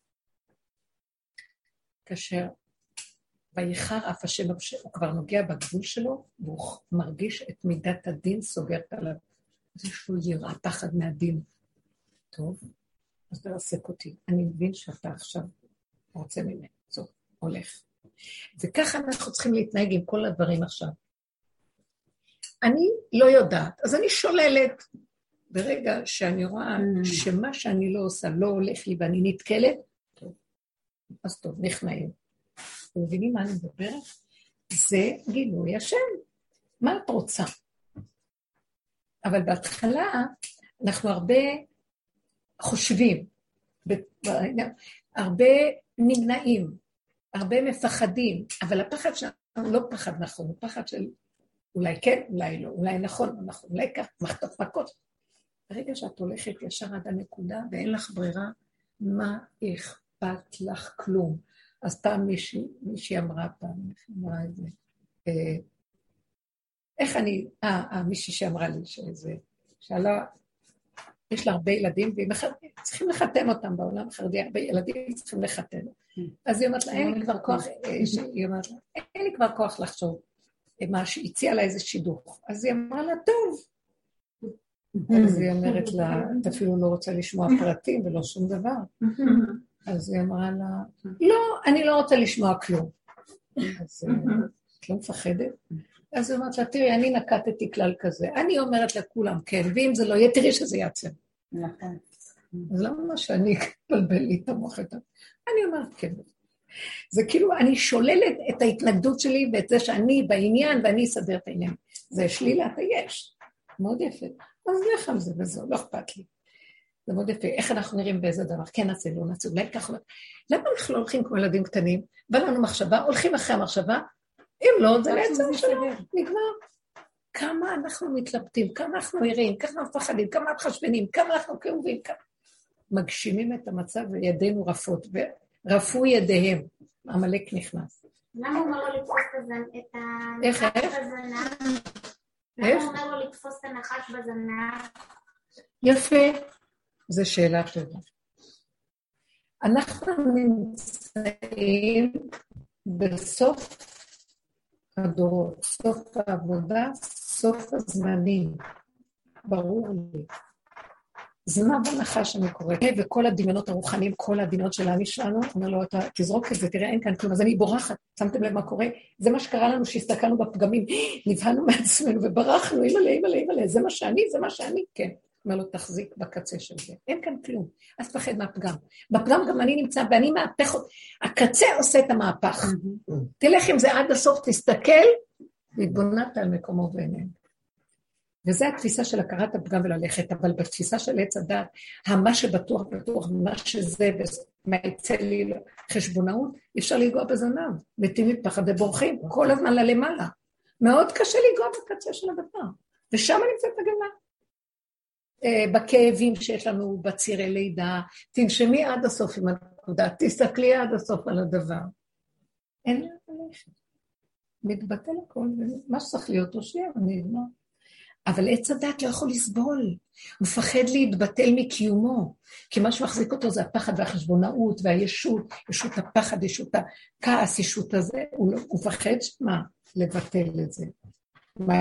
כאשר ויחר אף השם, הוא כבר נוגע בגבול שלו, והוא מרגיש את מידת הדין סוגרת עליו. זה שהוא יראה פחד מהדין. טוב, אז תרסק אותי. אני מבין שאתה עכשיו רוצה ממנו. זאת, הולך. וככה אנחנו צריכים להתנהג עם כל הדברים עכשיו. אני לא יודעת, אז אני שוללת. ברגע שאני רואה שמה שאני לא עושה לא הולך לי ואני נתקלת, טוב, אז טוב, נכנעים. אתם מבינים מה אני מדברת? זה גילוי השם. מה את רוצה? אבל בהתחלה אנחנו הרבה חושבים, הרבה נמנעים, הרבה מפחדים, אבל הפחד שלנו לא פחד נכון, הוא פחד של אולי כן, אולי לא, אולי נכון, אולי כך, מחטוף מכות. ברגע שאת הולכת ישר עד הנקודה ואין לך ברירה, מה אכפת לך כלום? אז פעם מישהי אמרה אמרה את זה, איך אני, מישהי שאמרה לי שזה, שאלה, יש לה הרבה ילדים, צריכים לחתן אותם בעולם החרדי, הרבה ילדים צריכים לחתן. אז היא אומרת לה, אין לי כבר כוח לחשוב, מה שהציעה לה איזה שידוך. אז היא אמרה לה, טוב. אז היא אומרת לה, את אפילו לא רוצה לשמוע פרטים ולא שום דבר. אז היא אמרה לה, לא, אני לא רוצה לשמוע כלום. אז את לא מפחדת? אז היא אומרת לה, תראי, אני נקטתי כלל כזה. אני אומרת לכולם, כן, ואם זה לא יהיה, תראי שזה יעצם. נכון. אז למה שאני אקבלבל לי את המוח את זה? אני אומרת, כן. זה כאילו, אני שוללת את ההתנגדות שלי ואת זה שאני בעניין ואני אסדר את העניין. זה שלילת היש. מאוד יפה. אז לך על זה וזהו, לא אכפת לי. זה מאוד יפה. איך אנחנו נראים באיזה דבר? כן נעשה, לא נעשה, אולי ככה. למה אנחנו לא הולכים כמו ילדים קטנים? בא לנו מחשבה, הולכים אחרי המחשבה, אם לא, זה לעצם שלנו, נגמר. כמה אנחנו מתלבטים, כמה אנחנו עירים, כמה אנחנו מפחדים, כמה אנחנו חשבנים, כמה אנחנו כאובים, כמה... מגשימים את המצב וידינו רפות, ורפו ידיהם. המלאק נכנס. למה הוא אומר לו לתפוס את הנחש בזנב? למה הוא אומר לו לתפוס את הנחש בזנב? יפה. זו שאלה טובה. אנחנו נמצאים בסוף הדורות, סוף העבודה, סוף הזמנים. ברור לי. זנב הנחש אני קוראת, וכל הדמיונות הרוחניים, כל הדמיונות של העמי שלנו, אומר לו, אתה תזרוק את זה, תראה, אין כאן כלום, אז אני בורחת, שמתם לב מה קורה? זה מה שקרה לנו שהסתכלנו בפגמים, נבהנו מעצמנו וברחנו, אימא'לה, זה מה שאני, כן. אומר לו, תחזיק בקצה של זה, אין כאן כלום, אז תפחד מהפגם. בפגם גם אני נמצא, ואני מהפך, הקצה עושה את המהפך. תלך עם זה עד הסוף, תסתכל, והתבוננת על מקומו ועיניהם. וזה התפיסה של הכרת הפגם וללכת, אבל בתפיסה של עץ הדת, מה שבטוח, מה שזה, ומה יצא לי חשבונאות, אי אפשר לגוע בזנב, מתים מפחד ובורחים, כל הזמן ללמעלה. מאוד קשה לגוע בקצה של הדבר, ושם נמצאת הגמלה. בכאבים שיש לנו, בצירי לידה, תנשמי עד הסוף עם הנקודה, תסתכלי עד הסוף על הדבר. אין לה ללכת. מתבטל הכל, ומה שצריך להיות או שיהיה, אני לא. אבל עץ הדת לא יכול לסבול, הוא מפחד להתבטל מקיומו, כי מה שמחזיק אותו זה הפחד והחשבונאות והישות, ישות הפחד, ישות הכעס, ישות הזה, הוא מפחד שמה לבטל את זה. מה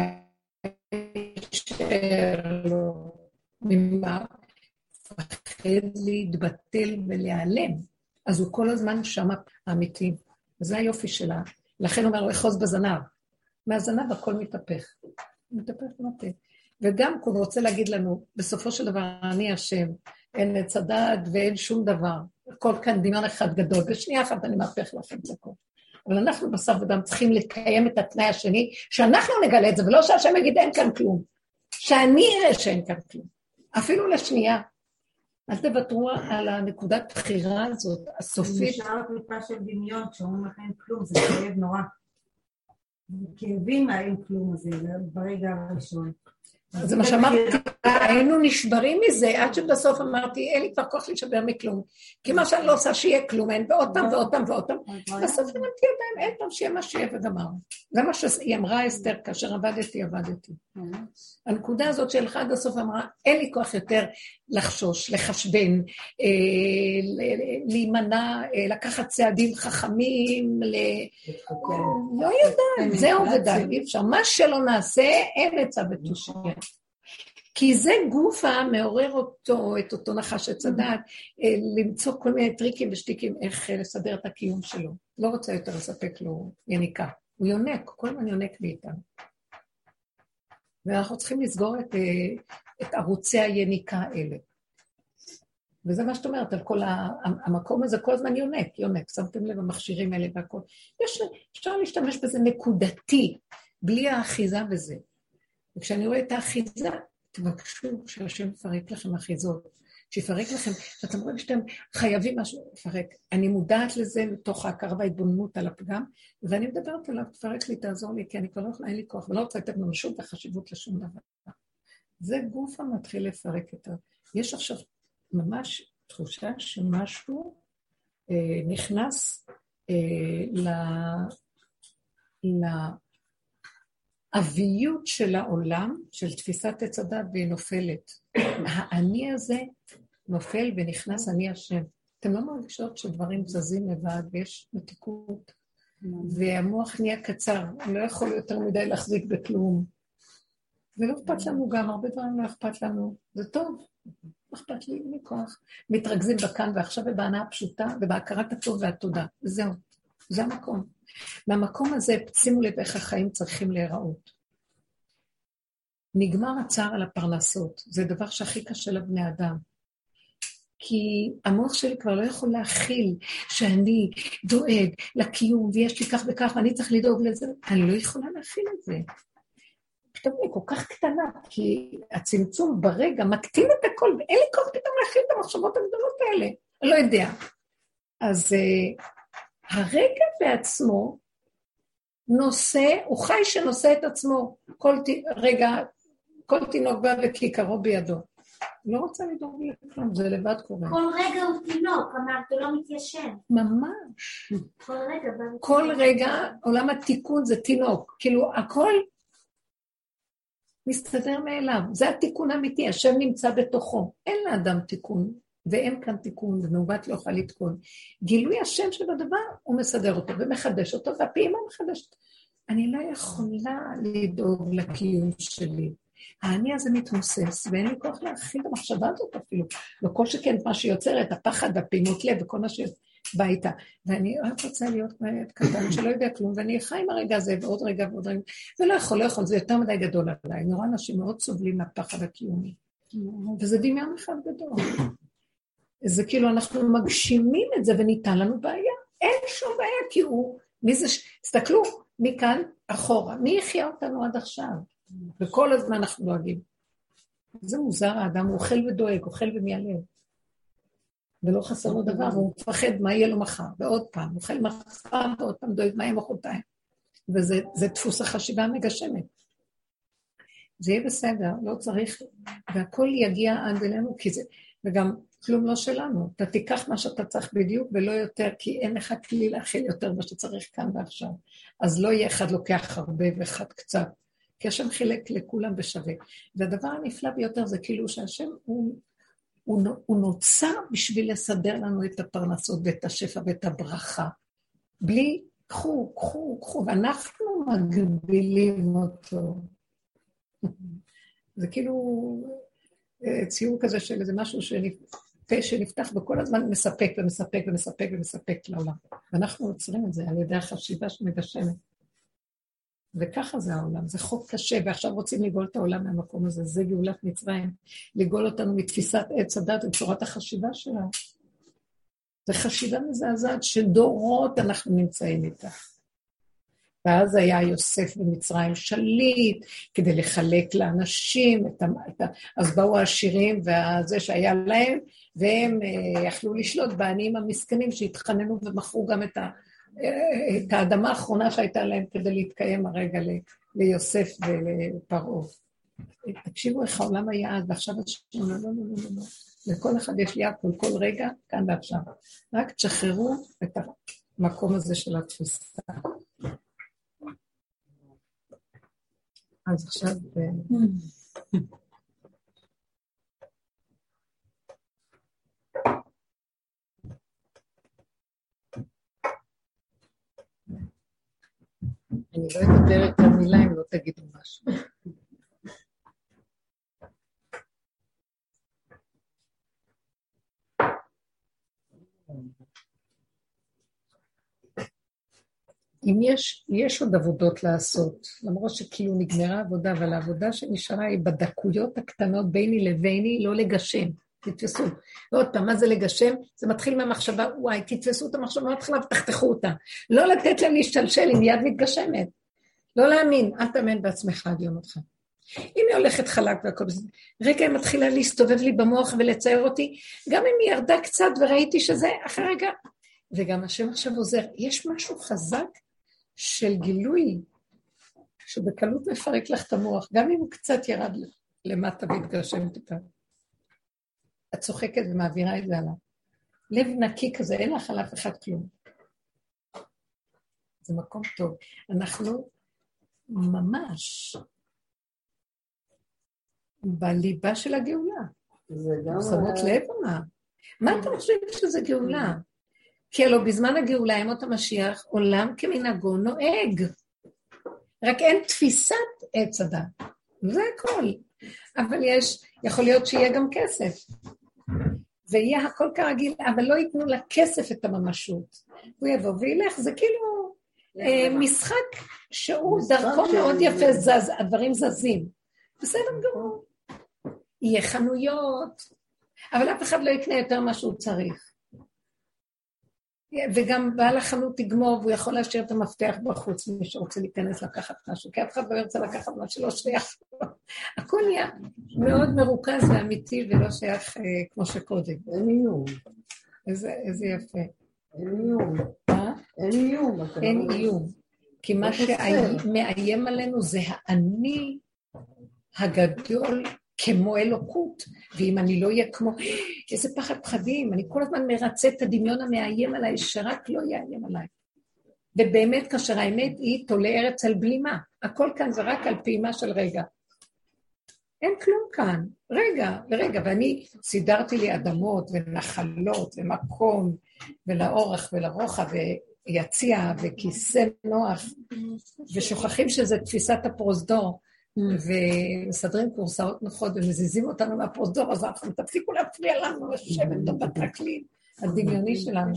יישאר לו? ממה? מפחד להתבטל ולהיעלם, אז הוא כל הזמן שם אמיתי, וזה היופי שלה, לכן הוא אומר, הוא יחוז בזנב, מהזנב הכל מתהפך. מתהפך מטה. וגם הוא רוצה להגיד לנו, בסופו של דבר, אני השם, אין עץ הדת ואין שום דבר. הכל כאן דמיון אחד גדול, בשנייה אחת אני מהפך לכם את הכל. אבל אנחנו בשר ודם צריכים לקיים את התנאי השני, שאנחנו נגלה את זה, ולא שהשם יגיד אין כאן כלום. שאני אראה שאין כאן כלום. אפילו לשנייה. אל תוותרו על הנקודת בחירה הזאת, הסופית. נשאר הקליפה של דמיון, כשאומרים לך אין כלום, זה כאב נורא. כאבים מהאין כלום הזה, ברגע הראשון. זה מה שאמרתי, היינו נשברים מזה, עד שבסוף אמרתי, אין לי כבר כוח להישבר מכלום, כי מה שאני לא עושה שיהיה כלום, אין, ועוד פעם, בסוף אמרתי ידיים, אין פעם שיהיה מה שיהיה וגמר. זה מה שהיא אמרה אסתר, כאשר עבדתי. הנקודה הזאת שהלכה עד הסוף אמרה, אין לי כוח יותר לחשוש, לחשבן, להימנע, לקחת צעדים חכמים, לא יודעת, זהו ודי, אי אפשר. מה שלא נעשה, אין עצה ותושייה. כי זה גוף המעורר אותו, את אותו נחש עץ הדעת, למצוא כל מיני טריקים ושטיקים איך לסדר את הקיום שלו. לא רוצה יותר לספק לו יניקה. הוא יונק, כל הזמן יונק מאיתנו. ואנחנו צריכים לסגור את ערוצי היניקה האלה. וזה מה שאת אומרת, על כל המקום הזה כל הזמן יונק, שמתם לב המכשירים האלה והכל. אפשר להשתמש בזה נקודתי, בלי האחיזה בזה. וכשאני רואה את האחיזה, תבקשו שהשם יפרק לכם אחיזות, שיפרק לכם, ואתם רואים שאתם חייבים משהו לפרק. אני מודעת לזה מתוך ההכרה וההתבוננות על הפגם, ואני מדברת עליו, תפרק לי, תעזור לי, כי אני כבר לא יכולה, אין לי כוח, ולא רוצה לתת לנו שום וחשיבות לשום דבר. זה גוף המתחיל לפרק את זה. יש עכשיו ממש תחושה שמשהו נכנס לאביות של העולם, של תפיסת עץ הדת, והיא נופלת. האני הזה נופל ונכנס אני השם. אתם לא מרגישות שדברים זזים לבד, ויש מתיקות, והמוח נהיה קצר, הוא לא יכול יותר מדי להחזיק בכלום. ולא אכפת לנו גם, הרבה דברים לא אכפת לנו, זה טוב, לא אכפת לי, אין לי כוח. מתרכזים בכאן ועכשיו ובהנאה הפשוטה, ובהכרת הטוב והתודה, וזהו, זה המקום. מהמקום הזה, שימו לב איך החיים צריכים להיראות. נגמר הצער על הפרנסות, זה דבר שהכי קשה לבני אדם. כי המוח שלי כבר לא יכול להכיל שאני דואג לקיום, ויש לי כך וכך, ואני צריך לדאוג לזה, אני לא יכולה להכיל את זה. פתאום היא כל כך קטנה, כי הצמצום ברגע מקטין את הכל, ואין לי כוח פתאום להכיל את המחשבות הגדולות האלה. אני לא יודע. אז הרגע בעצמו נושא, הוא חי שנושא את עצמו. כל תינוק בא וכיכרו בידו. לא רוצה לדאוג לכלום, זה לבד קורה. כל רגע הוא תינוק, אמרת, הוא לא מתיישן. ממש. כל רגע, עולם התיקון זה תינוק. כאילו, הכל מסתדר מאליו. זה התיקון האמיתי, השם נמצא בתוכו. אין לאדם תיקון ואין כאן תיקון, ומעוות לא יכול לתקון. גילוי השם של הדבר, הוא מסדר אותו ומחדש אותו, והפעימה מחדשת. אני לא יכולה לדאוג לקיום שלי. העני הזה מתמוסס, ואין לי כוח להכיל את המחשבה הזאת אפילו. לא כל שכן מה שיוצר את הפחד והפעימות לב וכל מה שבא איתה. ואני רק רוצה להיות קטן שלא יודע כלום, ואני חי עם הרגע הזה ועוד רגע ועוד רגע, ולא יכול, זה יותר מדי גדול עליי. נורא אנשים מאוד סובלים מהפחד הקיומי. וזה דמיון אחד גדול. זה כאילו אנחנו מגשימים את זה וניתן לנו בעיה. אין שום בעיה, כי הוא, מי זה, תסתכלו, מכאן אחורה, מי יחיה אותנו עד עכשיו? וכל הזמן אנחנו דואגים. זה מוזר, האדם הוא אוכל ודואג, אוכל ומיילל. ולא חסר לו דבר, הוא מפחד מה יהיה לו מחר, ועוד פעם, אוכל מחר, ועוד פעם דואג מה יהיה מחרתיים. וזה דפוס החשיבה המגשמת. זה יהיה בסדר, לא צריך, והכל יגיע עד אלינו, כי זה, וגם כלום לא שלנו. אתה תיקח מה שאתה צריך בדיוק, ולא יותר, כי אין לך כלי להכיל יותר מה שצריך כאן ועכשיו. אז לא יהיה אחד לוקח הרבה ואחד קצת. כי השם חילק לכולם בשווה. והדבר הנפלא ביותר זה כאילו שהשם הוא נוצר בשביל לסדר לנו את הפרנסות ואת השפע ואת הברכה. בלי קחו, ואנחנו מגבילים אותו. זה כאילו ציור כזה של איזה משהו פה שנפתח וכל הזמן מספק ומספק ומספק ומספק לעולם. ואנחנו עוצרים את זה על ידי החשיבה שמגשמת. וככה זה העולם, זה חוק קשה, ועכשיו רוצים לגאול את העולם מהמקום הזה, זה גאולת מצרים, לגאול אותנו מתפיסת עץ הדת, את צורת החשיבה שלה. זה חשיבה מזעזעת שדורות אנחנו נמצאים איתה. ואז היה יוסף במצרים שליט, כדי לחלק לאנשים, אז באו העשירים והזה שהיה להם, והם יכלו לשלוט בעניים המסכנים שהתחננו ומכרו גם את האדמה האחרונה שהייתה להם כדי להתקיים הרגע ליוסף ולפרעה. תקשיבו איך העולם היה אז, ועכשיו לא. לכל אחד יש לי הכל, כל רגע, כאן ועכשיו. רק תשחררו את המקום הזה של התפיסה. אז עכשיו... אני לא אדבר את המילה אם לא תגידו משהו. אם יש עוד עבודות לעשות, למרות שכאילו נגמרה עבודה, אבל העבודה שנשארה היא בדקויות הקטנות ביני לביני, לא לגשם, תתפסו. ועוד פעם, מה זה לגשם? זה מתחיל מהמחשבה, וואי, תתפסו את המחשבה, מתחילה ותחתכו אותה. לא לתת לה להשתלשל, היא מיד מתגשמת. לא להאמין, אל תאמן בעצמך עד יום אותך. אם היא הולכת חלק והכל בסדר, רגע היא מתחילה להסתובב לי במוח ולצייר אותי, גם אם היא ירדה קצת וראיתי שזה אחרי רגע, וגם השם עכשיו עוזר, יש משהו חזק של גילוי, שבקלות מפרק לך את המוח, גם אם הוא קצת ירד למטה והתגשם טיפה. את צוחקת ומעבירה את זה עליו. לב נקי כזה, אין לך על אף אחד כלום. זה מקום טוב. אנחנו ממש בליבה של הגאולה. שמות לב או מה? מה אתה חושב שזה גאולה? כי הלוא בזמן הגאולה, ימות המשיח, עולם כמנהגו נוהג. רק אין תפיסת עץ הדת. זה הכל. אבל יכול להיות שיהיה גם כסף. ויהיה הכל כרגיל, אבל לא ייתנו לכסף את הממשות. הוא יבוא וילך, זה כאילו משחק שהוא דרכו מאוד יפה, הדברים זזים. בסדר גמור. יהיה חנויות, אבל אף אחד לא יקנה יותר מה שהוא צריך. וגם בעל החנות תגמור, והוא יכול להשאיר את המפתח בחוץ, מי שרוצה להיכנס לקחת משהו, כי אף אחד לא ירצה לקחת מה שלא שייך. הכל נהיה מאוד מרוכז ואמיתי, ולא שייך כמו שקודם. אין איום. איזה יפה. אין איום. אין איום. אין איום. כי מה שמאיים עלינו זה האני הגדול, כמו אלוקות, ואם אני לא אהיה כמו, איזה פחד פחדים, אני כל הזמן מרצה את הדמיון המאיים עליי, שרק לא יאיים עליי. ובאמת כאשר האמת היא תולה ארץ על בלימה, הכל כאן זה רק על פעימה של רגע. אין כלום כאן, רגע לרגע, ואני סידרתי לי אדמות ונחלות ומקום ולאורך ולרוחב ויציע וכיסא נוח, ושוכחים שזה תפיסת הפרוזדור, ומסדרים קורסאות נוחות ומזיזים אותנו מהפרוזדור, אז אנחנו תפסיקו להפריע לנו לשבת בטרקלין הדמיוני שלנו.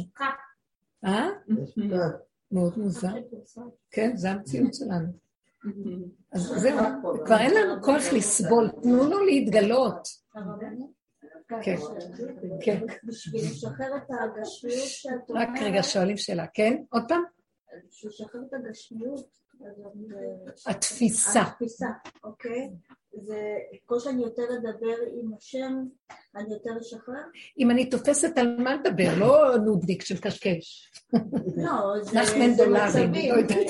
מאוד מוזר. כן, זה המציאות שלנו. אז זהו, כבר אין לנו כוח לסבול, תנו לו להתגלות. כן, כן. בשביל לשחרר את הגשמיות שאת אומרת... רק רגע, שואלים שאלה, כן? עוד פעם? בשביל לשחרר את הגשמיות... התפיסה. התפיסה, אוקיי? זה, כל שאני יותר אדבר עם השם, אני יותר אשחרר? אם אני תופסת על מה לדבר, לא נודניק של קשקש. לא, זה מצבים.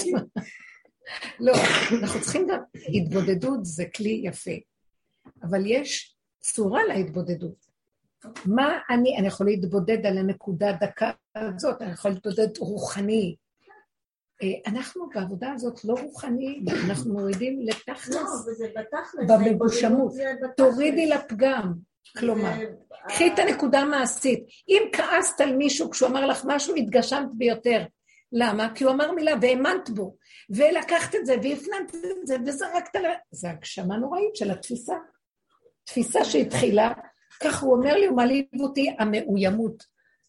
לא, אנחנו צריכים גם, התבודדות זה כלי יפה, אבל יש צורה להתבודדות. מה אני יכול להתבודד על הנקודה דקה הזאת, אני יכול להתבודד רוחני. אנחנו בעבודה הזאת לא רוחני, אנחנו מורידים לתכלס, במגושמות, תורידי לפגם, כלומר, קחי את הנקודה המעשית. אם כעסת על מישהו כשהוא אמר לך משהו, התגשמת ביותר. למה? כי הוא אמר מילה והאמנת בו, ולקחת את זה והפננת את זה וזרקת לה. זה הגשמה נוראית של התפיסה. תפיסה שהתחילה, כך הוא אומר לי, הוא מעליב אותי, המאוימות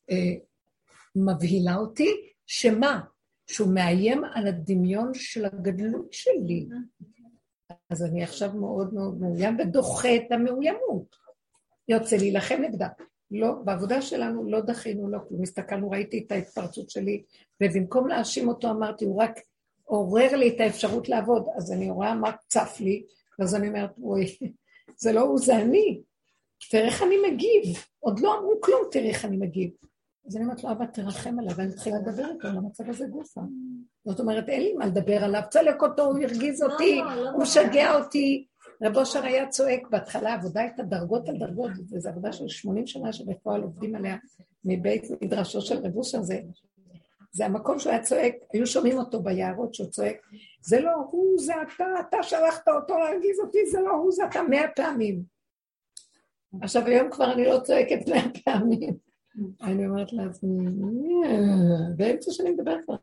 מבהילה אותי, שמה? שהוא מאיים על הדמיון של הגדלות שלי. אז אני עכשיו מאוד מאוד מאוים ודוחה את המאוימות. יוצא להילחם נגדה. לא, בעבודה שלנו לא דחינו, לא כלום. הסתכלנו, ראיתי את ההתפרצות שלי, ובמקום להאשים אותו אמרתי, הוא רק עורר לי את האפשרות לעבוד, אז אני רואה מה צף לי, ואז אני אומרת, אוי, זה לא הוא, זה אני. תראה איך אני מגיב. עוד לא אמרו כלום, תראה איך אני מגיב. אז אני אומרת לו, אבא, תרחם עליו, ואני מתחילה לדבר איתו על המצב הזה גופה. זאת אומרת, אין לי מה לדבר עליו, צלק אותו, הוא הרגיז אותי, הוא משגע אותי. רב אושר היה צועק בהתחלה, עבודה הייתה דרגות על דרגות, וזו עבודה של 80 שנה שבפועל עובדים עליה מבית מדרשו של רב אושר, זה המקום שהוא היה צועק, היו שומעים אותו ביערות שהוא צועק, זה לא הוא, זה אתה שלחת אותו להרגיז אותי, זה לא הוא, זה אתה 100 פעמים. עכשיו היום כבר אני לא צועקת 100 פעמים. אני אומרת לעצמי, באמצע שאני מדבר כבר,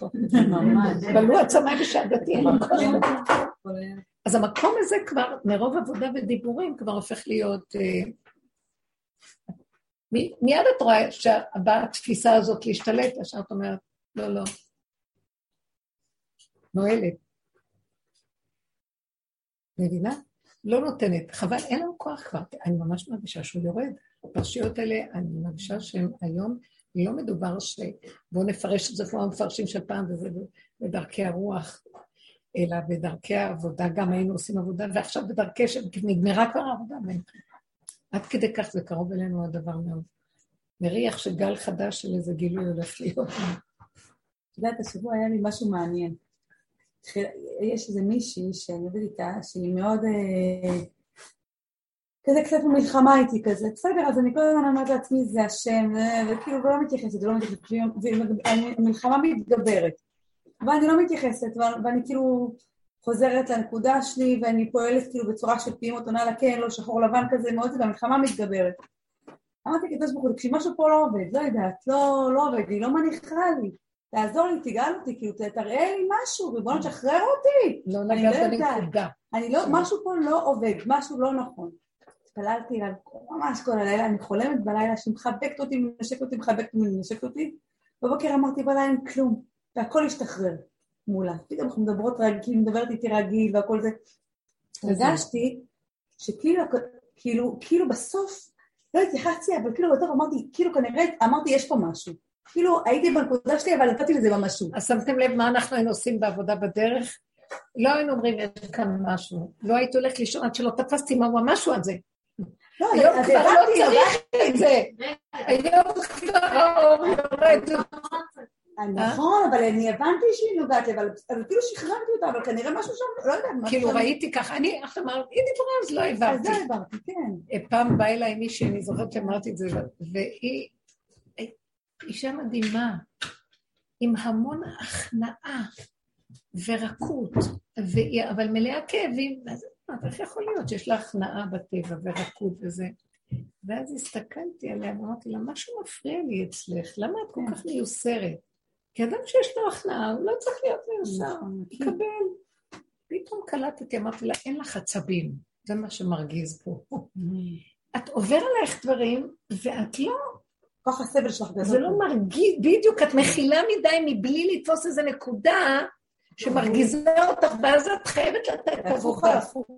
בלו עצמי בשעדתי, אז המקום הזה כבר, מרוב עבודה ודיבורים, כבר הופך להיות, מיד את רואה שהבאה התפיסה הזאת להשתלט, שאת אומרת, לא, לא, נועלת. מבינה? לא נותנת, חבל, אין לנו כוח כבר, אני ממש מרגישה שהוא יורד. הפרשיות האלה, אני מרגישה שהם היום, לא מדובר בואו נפרש את זה כמו המפרשים של פעם, וזה בדרכי הרוח, אלא בדרכי העבודה, גם היינו עושים עבודה, ועכשיו בדרכי שנגמרה כבר העבודה, עד כדי כך זה קרוב אלינו הדבר מאוד. מריח שגל חדש של איזה גילוי הולך להיות. יודעת, השבוע היה לי משהו מעניין. יש איזה מישהי שאני עובדת איתה, שהיא מאוד כזה קצת במלחמה איתי כזה, בסדר, אז אני כל הזמן אומרת לעצמי, זה השם, וכאילו לא מתייחסת, והמלחמה מתגברת, ואני לא מתייחסת, ואני כאילו חוזרת לנקודה שלי, ואני פועלת כאילו בצורה של פעימות, עונה לה כן, לא שחור לבן כזה מאוד, והמלחמה מתגברת. אמרתי כתוס בחוד, כשמשהו פה לא עובד, לא יודעת, לא עובד, היא לא מניחה לי, תעזור לי, תגאל אותי, כאילו תראה לי משהו, ובוא נשחרר אותי. לא נגעת בנקודה. משהו פה לא עובד, משהו לא נכון. התפללתי לה ממש כל הלילה, אני חולמת בלילה שמחבקת אותי, מנשקת אותי, מחבקת אותי, מנשקת אותי. בבוקר אמרתי בלילה אין כלום, והכל השתחרר מולה. פתאום אנחנו מדברות רגיל, מדברת איתי רגיל והכל זה. הרגשתי שכאילו בסוף, לא התייחסתי, אבל כאילו בטוח אמרתי, כאילו כנראה אמרתי יש פה משהו. כאילו הייתי בנקודה שלי, אבל נתתי לזה במשהו. אז שמתם לב מה אנחנו היינו עושים בעבודה בדרך? לא היינו אומרים יש כאן משהו. לא הייתי הולכת לישון עד שלא תפסתי מה הוא המשהו הזה. היום כבר לא צריך את זה. היום כבר האור יורד. נכון, אבל אני הבנתי שהיא נוגעת, אבל כאילו שחררתי אותה, אבל כנראה משהו שם, לא יודעת. כאילו ראיתי ככה, אני עכשיו אמרת, היא דיברה אז לא הבנתי. אז לא הבנתי, כן. פעם באה אליי מישהי, אני זוכרת שאמרתי את זה, והיא אישה מדהימה, עם המון הכנעה ורקות, אבל מלאה כאבים, איך יכול להיות שיש לה הכנעה בטבע ורקוד וזה? ואז הסתכלתי עליה ואמרתי לה, משהו מפריע לי אצלך, למה את כל כך מיוסרת? כי אדם שיש לו הכנעה, הוא לא צריך להיות מיוסר, יקבל. פתאום קלטתי, אמרתי לה, אין לך עצבים, זה מה שמרגיז פה. את עובר עלייך דברים, ואת לא... כוח הסבל שלך גדול. זה לא מרגיז, בדיוק, את מכילה מדי מבלי לתפוס איזו נקודה, שמרגיזה אותך, ואז את חייבת לתת עבודה.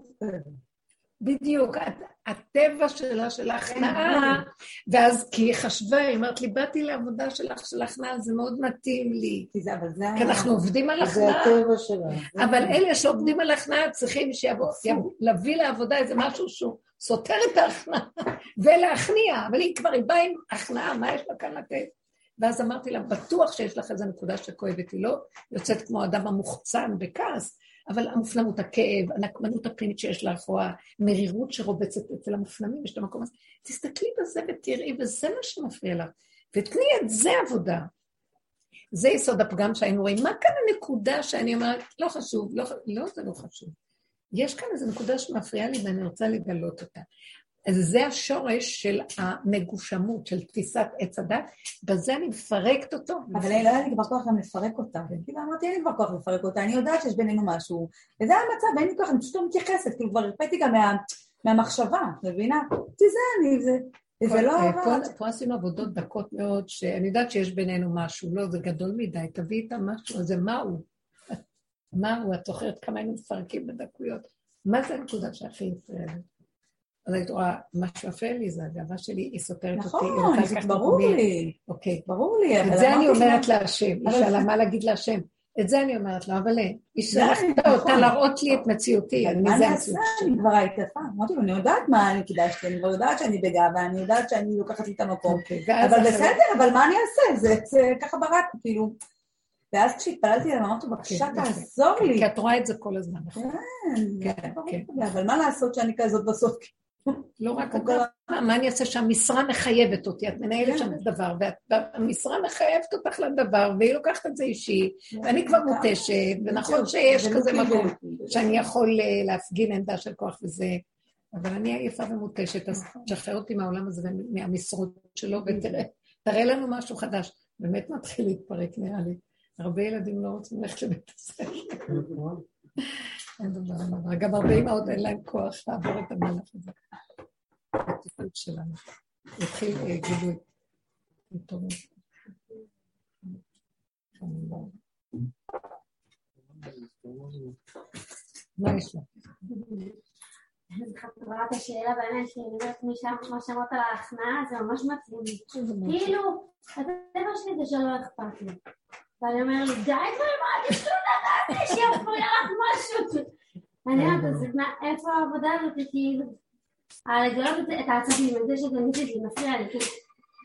בדיוק, הטבע שלה של ההכנעה, ואז כי היא חשבה, היא אמרת לי, באתי לעבודה שלך של ההכנעה, זה מאוד מתאים לי. כי אנחנו עובדים על הכנעה. זה הטבע שלה. אבל אלה שעובדים על הכנעה צריכים להביא לעבודה איזה משהו שהוא סותר את ההכנעה, ולהכניע, אבל היא כבר באה עם הכנעה, מה יש לה כאן לתת? ואז אמרתי לה, בטוח שיש לך איזו נקודה שכואבת, היא לא יוצאת כמו אדם המוחצן בכעס, אבל המופנמות, הכאב, הנקמנות הפנימית שיש לך, או המרירות שרובצת אצל המופנמים, יש את המקום הזה, תסתכלי בזה ותראי, וזה מה שמפריע לך, ותני את זה עבודה. זה יסוד הפגם שהיינו רואים, מה כאן הנקודה שאני אומרת, לא חשוב, לא, זה לא חשוב. יש כאן איזו נקודה שמפריעה לי, ואני רוצה לגלות אותה. אז זה השורש של המגושמות, של תפיסת עץ הדת, בזה אני מפרקת אותו. אבל לא היה לי כבר כוח גם לפרק אותה, כאילו אמרתי, אין לי כבר כוח לפרק אותה, אני יודעת שיש בינינו משהו, וזה המצב, אין לי כוח, אני פשוט לא מתייחסת, כאילו כבר הרפאתי גם מהמחשבה, מבינה? זה לא... פה עשינו עבודות דקות מאוד, שאני יודעת שיש בינינו משהו, לא, זה גדול מדי, תביא את המשהו הזה, מהו? מהו? את זוכרת כמה היינו מפרקים בדקויות? מה זה הנקודה שהכי יפריע? אז היית רואה, מה שאפל לי זה הגאווה שלי, היא סותרת אותי. נכון, זה ברור לי. אוקיי. ברור לי. את זה אני אומרת להשם, היא שאלה מה להגיד להשם. את זה אני אומרת לה, אבל היא שלחת אותה להראות לי את מציאותי. מה אני אעשה? אני כבר הייתה. אמרתי לו, אני יודעת מה אני קידשתי, אני כבר יודעת שאני בגאווה, אני יודעת שאני לוקחת לי את המקום. אבל בסדר, אבל מה אני אעשה? זה ככה ברק, כאילו. ואז כשהתפללתי להם, אמרתי, בבקשה, תעזור לי. כי את רואה את זה כל הזמן. כן, אבל מה לעשות שאני כזאת בסוף? לא רק מה אני אעשה שהמשרה מחייבת אותי, את מנהלת שם דבר, והמשרה מחייבת אותך לדבר, והיא לוקחת את זה אישי, ואני כבר מותשת, ונכון שיש כזה מקום, שאני יכול להפגין עמדה של כוח וזה, אבל אני עייפה ומותשת, אז תשחרר אותי מהעולם הזה ומהמשרות שלו, ותראה לנו משהו חדש, באמת מתחיל להתפרק נראה לי. הרבה ילדים לא רוצים ללכת לבית הספר. אין דבר נורא. גם הרבה אמהות אין להם כוח לעבור את המהלך הזה. התפקוד שלנו. התחיל גילוי. מה יש לה? אני חברת השאלה באמת, שאני יודעת משם מה שאמרת על ההכנעה, זה ממש מצליח. כאילו, הטבע שלי זה שלא אכפת לי. ואני אומר לי, די כבר, מה יש לו לדעת, שיפריע לך משהו. אני אומרת, איפה העבודה הזאת, כאילו, לגלות את העצבים, את זה שזה ניסיתי, מפריע לי, כאילו.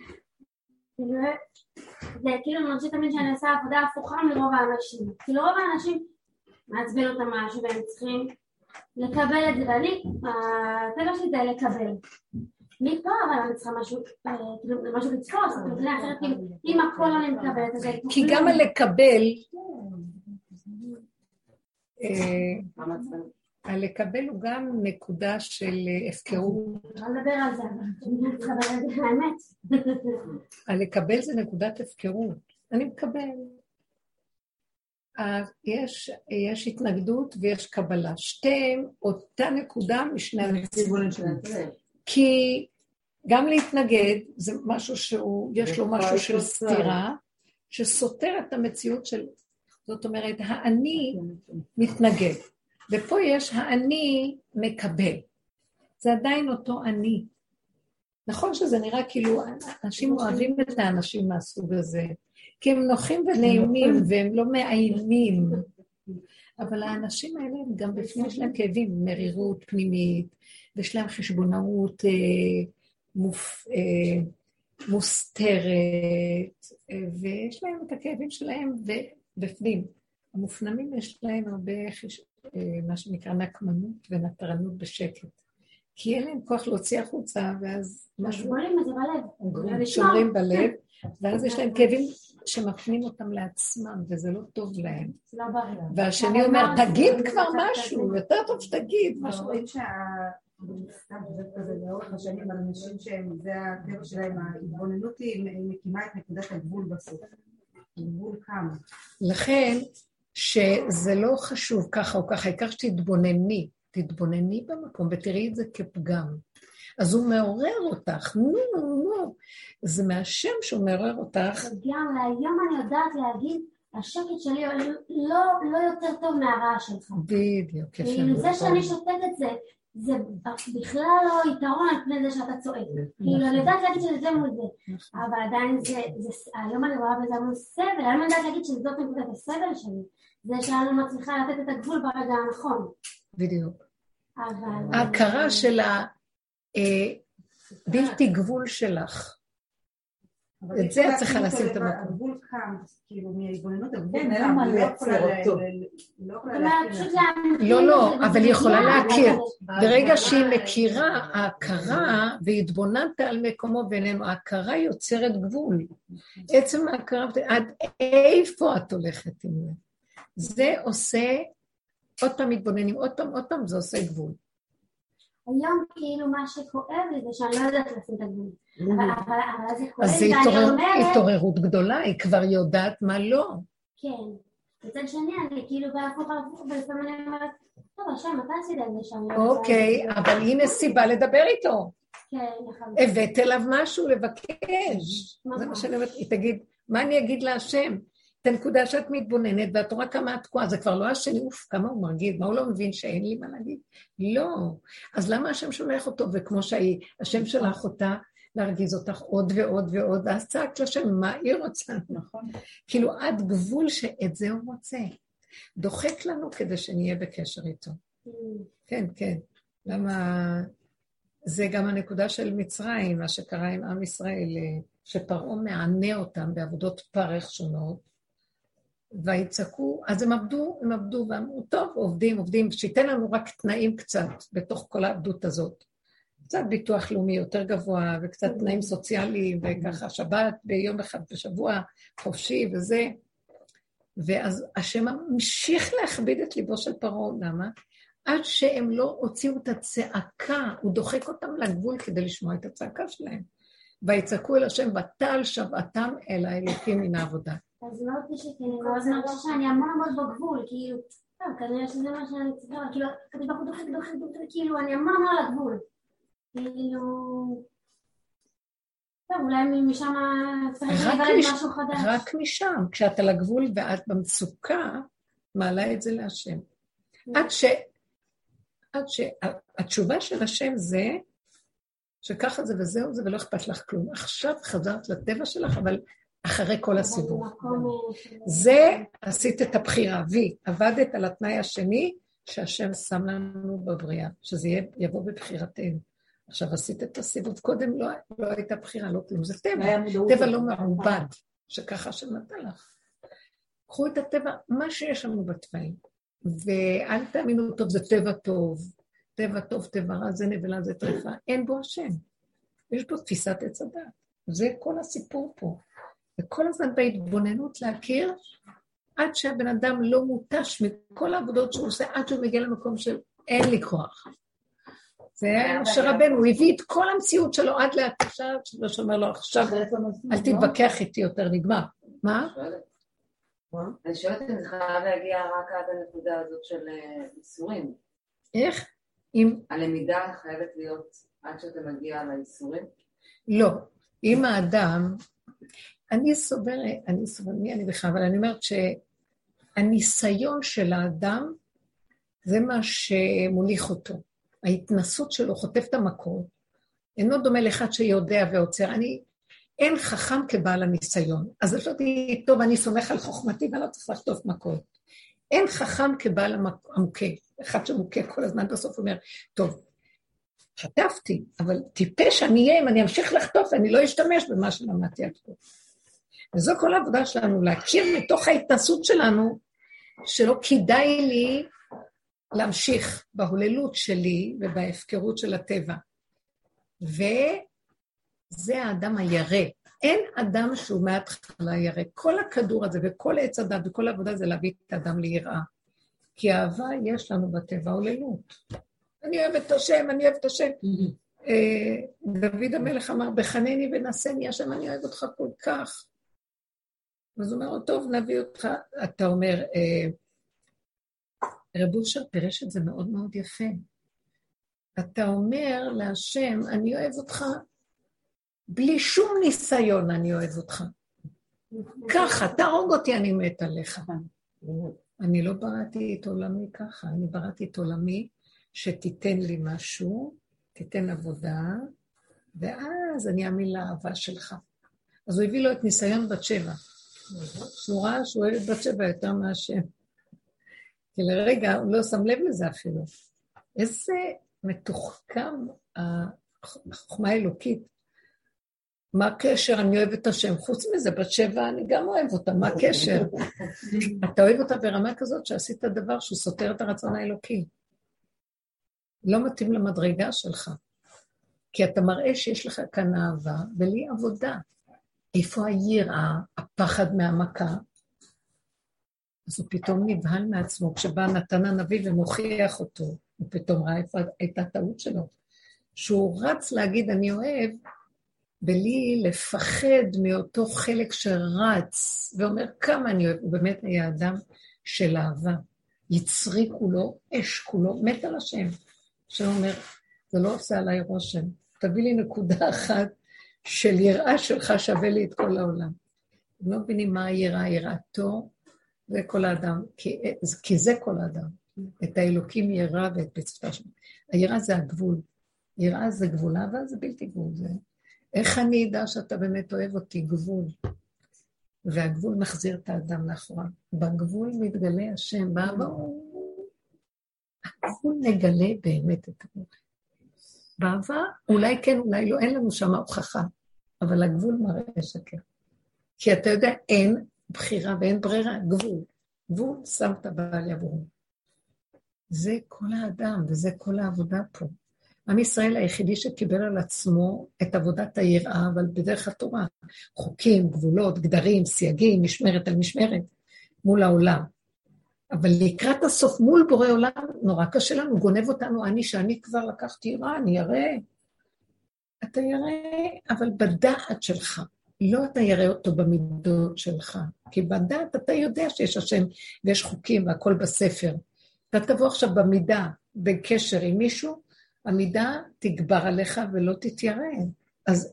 זה כאילו, אני חושבת תמיד שאני עושה עבודה הפוכה לרוב האנשים. כאילו, רוב האנשים מעצבן אותם משהו, והם צריכים לקבל את זה, ואני, הטבע שלי זה לקבל. מפה, אבל אני צריכה משהו, כאילו, משהו לצפוס, את מבינה אחרת, כאילו, אם הכל אני מקבלת, אז זה... כי גם הלקבל, הלקבל הוא גם נקודה של הפקרות. לא לדבר על זה, אני צריכה לדבר על זה, האמת. הלקבל זה נקודת הפקרות. אני מקבל. יש התנגדות ויש קבלה. שתיהם אותה נקודה משני הנקודות שלהם. כי גם להתנגד זה משהו שהוא, יש לו משהו של סתירה, שסותר את המציאות של, זאת אומרת, האני מתנגד. ופה יש האני מקבל. זה עדיין אותו אני. נכון שזה נראה כאילו, אנשים אוהבים את האנשים מהסוג הזה, כי הם נוחים ונעימים והם לא מאיימים. אבל האנשים האלה גם בפנים יש להם כאבים, מרירות פנימית, ויש להם חשבונאות מוסתרת, ויש להם את הכאבים שלהם בפנים. המופנמים יש להם הרבה מה שנקרא נקמנות ונטרנות בשקט. כי אין להם כוח להוציא החוצה, ואז משהו... שומרים את זה בלב. שומרים בלב, ואז יש להם כאבים שמפנים אותם לעצמם, וזה לא טוב להם. לא בריא. והשני אומר, תגיד כבר משהו, יותר טוב שתגיד משהו. רואים סתם כזה לאורך השנים, על אנשים שזה הטבע שלהם, ההתבוננות היא מקימה את נקודת הגבול בסוף. הגבול קם. לכן, שזה לא חשוב ככה או ככה, העיקר תתבונני במקום, ותראי את זה כפגם. אז הוא מעורר אותך, נו, זה מהשם שהוא מעורר אותך. גם היום אני יודעת להגיד, השקט שלי לא יותר טוב מהרעה שלך. בדיוק, זה שאני שותקת זה בכלל לא יתרון על פני זה שאתה צועק. כאילו, אני יודעת להגיד שזה מול זה, אבל עדיין היום אני רואה בזה מול סבל, אני לא יודעת להגיד שזאת נקודת הסבל שלי, זה שאני לא מצליחה לתת את הגבול ברגע הנכון. בדיוק. ההכרה של הבלתי גבול שלך. את זה את צריכה לשים את המקום. הגבול קם, כאילו, מההתבוננות הגבול אין קם, מה לא לייצר אותו. לא, אבל היא יכולה להכיר. ברגע שהיא מכירה, ההכרה, והתבוננת על מקומו בינינו, ההכרה יוצרת גבול. עצם ההכרה, עד איפה את הולכת עם זה? זה עושה, עוד פעם מתבוננים, עוד פעם זה עושה גבול. היום כאילו מה שכואב לי זה שאני לא יודעת לשים את הגבול. אבל זה כואב, אז זה התעוררות גדולה, היא כבר יודעת מה לא. כן. בצד שני, אני כאילו בהפוך, ולפעמים אני אומרת, טוב, השם, אתה עשית את זה שם. אוקיי, אבל הנה סיבה לדבר איתו. כן, הבאת אליו משהו לבקש. זה מה שאני אומרת, היא תגיד, מה אני אגיד להשם? את הנקודה שאת מתבוננת, ואת רואה כמה את תקועה, זה כבר לא השני, כמה הוא מרגיד, מה הוא לא מבין שאין לי מה להגיד? לא. אז למה השם שולח אותו? וכמו שהשם שלח אותה, להרגיז אותך עוד ועוד ועוד, ואז צעק לשם, מה היא רוצה? נכון. כאילו עד גבול שאת זה הוא רוצה. דוחק לנו כדי שנהיה בקשר איתו. כן, כן. למה? זה גם הנקודה של מצרים, מה שקרה עם עם ישראל, שפרעה מענה אותם בעבודות פרך שונות, ויצעקו, אז הם עבדו ואמרו, טוב, עובדים, שייתן לנו רק תנאים קצת בתוך כל העבדות הזאת. קצת ביטוח לאומי יותר גבוה, וקצת תנאים סוציאליים, וככה שבת ביום אחד בשבוע, חופשי וזה. ואז השם המשיך להכביד את ליבו של פרעה, למה? עד שהם לא הוציאו את הצעקה, הוא דוחק אותם לגבול כדי לשמוע את הצעקה שלהם. ויצעקו אל השם, בטל שבעתם אל האלוקים מן העבודה. אז לא אותי שכן, אז מרגישה שאני המון בגבול, כאילו, טוב, כנראה שזה מה שאני צריכה, כאילו, כתיבה דוחק, כאילו, אני המון על הגבול. כאילו, טוב, אולי משם צריך להיוולד משהו חדש. רק משם, כשאת על הגבול ואת במצוקה, מעלה את זה להשם. עד שהתשובה של השם זה, שככה זה וזהו זה ולא אכפת לך כלום. עכשיו חזרת לטבע שלך, אבל אחרי כל הסיבוב. זה עשית את הבחירה, עבדת על התנאי השני, שהשם שם לנו בבריאה, שזה יבוא בבחירתנו. עכשיו עשית את הסיבוב, קודם לא הייתה בחירה, לא כלום, זה טבע לא מעובד, שככה שנתן לך. קחו את הטבע, מה שיש לנו בטבעים, ואל תאמינו טוב, זה טבע טוב, טבע רע, זה נבלה, זה טרפה, אין בו השם. יש בו תפיסת עץ הדת. זה כל הסיפור פה. וכל הזמן בהתבוננות להכיר, עד שהבן אדם לא מוטש מכל העבודות שהוא עושה, עד שהוא מגיע למקום של אין לי כוח. זה היה משה רבנו, הוא הביא את כל המציאות שלו עד להתשה, שלא שאומר לו עכשיו, אל תתווכח איתי יותר, נגמר. מה? אני שואלת אם זה חייב להגיע רק עד הנקודה הזאת של איסורים. איך? הלמידה חייבת להיות עד שאתה מגיע לאיסורים? לא. אם האדם, אני סוברת, מי אני בכלל, אבל אני אומרת שהניסיון של האדם, זה מה שמוליך אותו. ההתנסות שלו חוטף את המקור. אינו דומה לאחד שיודע ועוצר. אין חכם כבעל הניסיון. אז אפשר להגיד, טוב, אני סומך על חוכמתי, ואני לא צריך לחטוף מכות. אין חכם כבעל המוכה. אחד שמוכה כל הזמן בסוף אומר, טוב, חטפתי, אבל טיפש אני אהיה, אם אני אמשיך לחטוף, אני לא אשתמש במה שלמדתי עד כה. וזו כל העבודה שלנו, להכיר מתוך ההתנסות שלנו, שלא כדאי לי להמשיך בהוללות שלי ובהפקרות של הטבע. וזה האדם הירא. אין אדם שהוא מההתחלה ירא. כל הכדור הזה וכל עץ הדת וכל העבודה זה להביא את האדם ליראה. כי האהבה יש לנו בטבע הוללות. אני אוהבת את השם, אני אוהבת את השם. דוד המלך אמר, בחנני ונשני, השם, אני אוהב אותך כל כך. אז הוא אומר, טוב, נביא אותך. אתה אומר, רב אושר פירש את זה מאוד מאוד יפה. אתה אומר להשם, אני אוהב אותך, בלי שום ניסיון אני אוהב אותך. ככה, תהרוג אותי, אני מת עליך. אני לא בראתי את עולמי ככה, אני בראתי את עולמי שתיתן לי משהו, תיתן עבודה, ואז אני אאמין לאהבה שלך. אז הוא הביא לו את ניסיון בת שבע. שהוא ראה שהוא אוהב בת שבע יותר מהשם. כי לרגע הוא לא שם לב לזה אפילו. איזה מתוחכם החוכמה האלוקית. מה הקשר? אני אוהב את השם. חוץ מזה, בת שבע אני גם אוהב אותה. מה הקשר? אתה אוהב אותה ברמה כזאת שעשית דבר שהוא סותר את הרצון האלוקי. לא מתאים למדרגה שלך. כי אתה מראה שיש לך כאן אהבה, ולי עבודה. איפה היראה, הפחד מהמכה? אז הוא פתאום נבהל מעצמו, כשבא נתן הנביא ומוכיח אותו, הוא פתאום ראה איפה הייתה טעות שלו. שהוא רץ להגיד אני אוהב, בלי לפחד מאותו חלק שרץ, ואומר כמה אני אוהב, הוא באמת היה אדם של אהבה. יצרי כולו, אש כולו, מת על השם. שאומר, זה לא עושה עליי רושם. תביא לי נקודה אחת של יראה שלך שווה לי את כל העולם. לא מבינים מה היראה, יראתו, זה כל האדם, כי זה כל האדם. את האלוקים יראה ואת בצפה שלו. היראה זה הגבול. יראה זה גבולה, אבל זה בלתי גבול. זה... איך אני אדע שאתה באמת אוהב אותי? גבול. והגבול מחזיר את האדם לאחורה. בגבול מתגלה השם, הגבול נגלה באמת את הגבול. בעבר, אולי כן, אולי לא, אין לנו שם הוכחה, אבל הגבול מראה שקר. כי אתה יודע, אין בחירה ואין ברירה, גבול. גבול שמת בעל יבורום. זה כל האדם, וזה כל העבודה פה. עם ישראל היחידי שקיבל על עצמו את עבודת היראה, אבל בדרך התורה. חוקים, גבולות, גדרים, סייגים, משמרת על משמרת, מול העולם. אבל לקראת הסוף מול בורא עולם, נורא קשה לנו, גונב אותנו, שאני כבר לקחתי יראה, אני יראה. אתה יראה, אבל בדעת שלך. לא אתה יראה אותו במידות שלך. כי בדעת אתה יודע שיש השם ויש חוקים והכל בספר. אתה תבוא עכשיו במידה, בקשר עם מישהו, המידה תגבר עליך ולא תתיירא. אז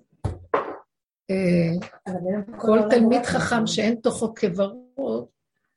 כל תלמיד חכם שאין תוכו כברות,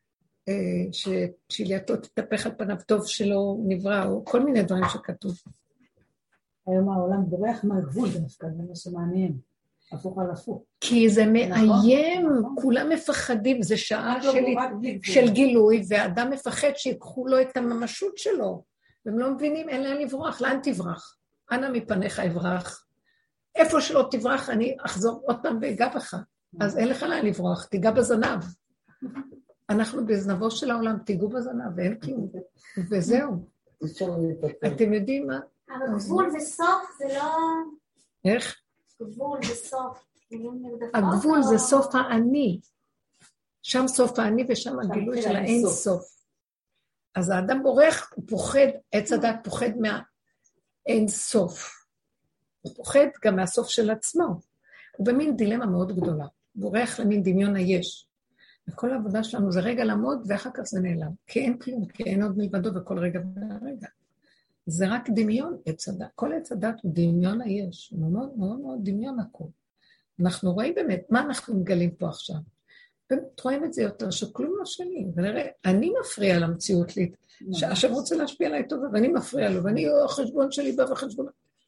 ששילייתו תתהפך על פניו טוב שלא נברא, או כל מיני דברים שכתוב. היום העולם בורח מהגבול דווקא, זה מה שמעניין. הפוך על הפוך. כי זה מאיים, כולם מפחדים, זה שעה של גילוי, והאדם מפחד שיקחו לו את הממשות שלו, והם לא מבינים, אין לאן לברוח, לאן תברח? אנא מפניך אברח. איפה שלא תברח, אני אחזור עוד פעם ואגע בך. אז אין לך לאן לברוח, תיגע בזנב. אנחנו בזנבו של העולם, תיגעו בזנב, ואין כלום. וזהו. אתם יודעים מה? אבל גבול וסוף זה לא... איך? גבול וסוף. הגבול זה סוף האני. שם סוף האני ושם הגילוי של האין סוף. אז האדם בורח, הוא פוחד, עץ הדת פוחד מהאין סוף. הוא פוחד גם מהסוף של עצמו. הוא במין דילמה מאוד גדולה. בורח למין דמיון היש. וכל העבודה שלנו זה רגע לעמוד, ואחר כך זה נעלם. כי אין כלום, כי אין עוד מלבדו בכל רגע ורגע. זה רק דמיון עץ הדת. כל עץ הדת הוא דמיון היש. הוא מאוד מאוד מאוד דמיון הכל. אנחנו רואים באמת מה אנחנו מגלים פה עכשיו. באמת רואים את זה יותר, שכלום לא שלי. ונראה, אני מפריע למציאות לי, שהשם רוצה להשפיע עליי טוב, ואני מפריע לו, ואני החשבון שלי בא בחשבון.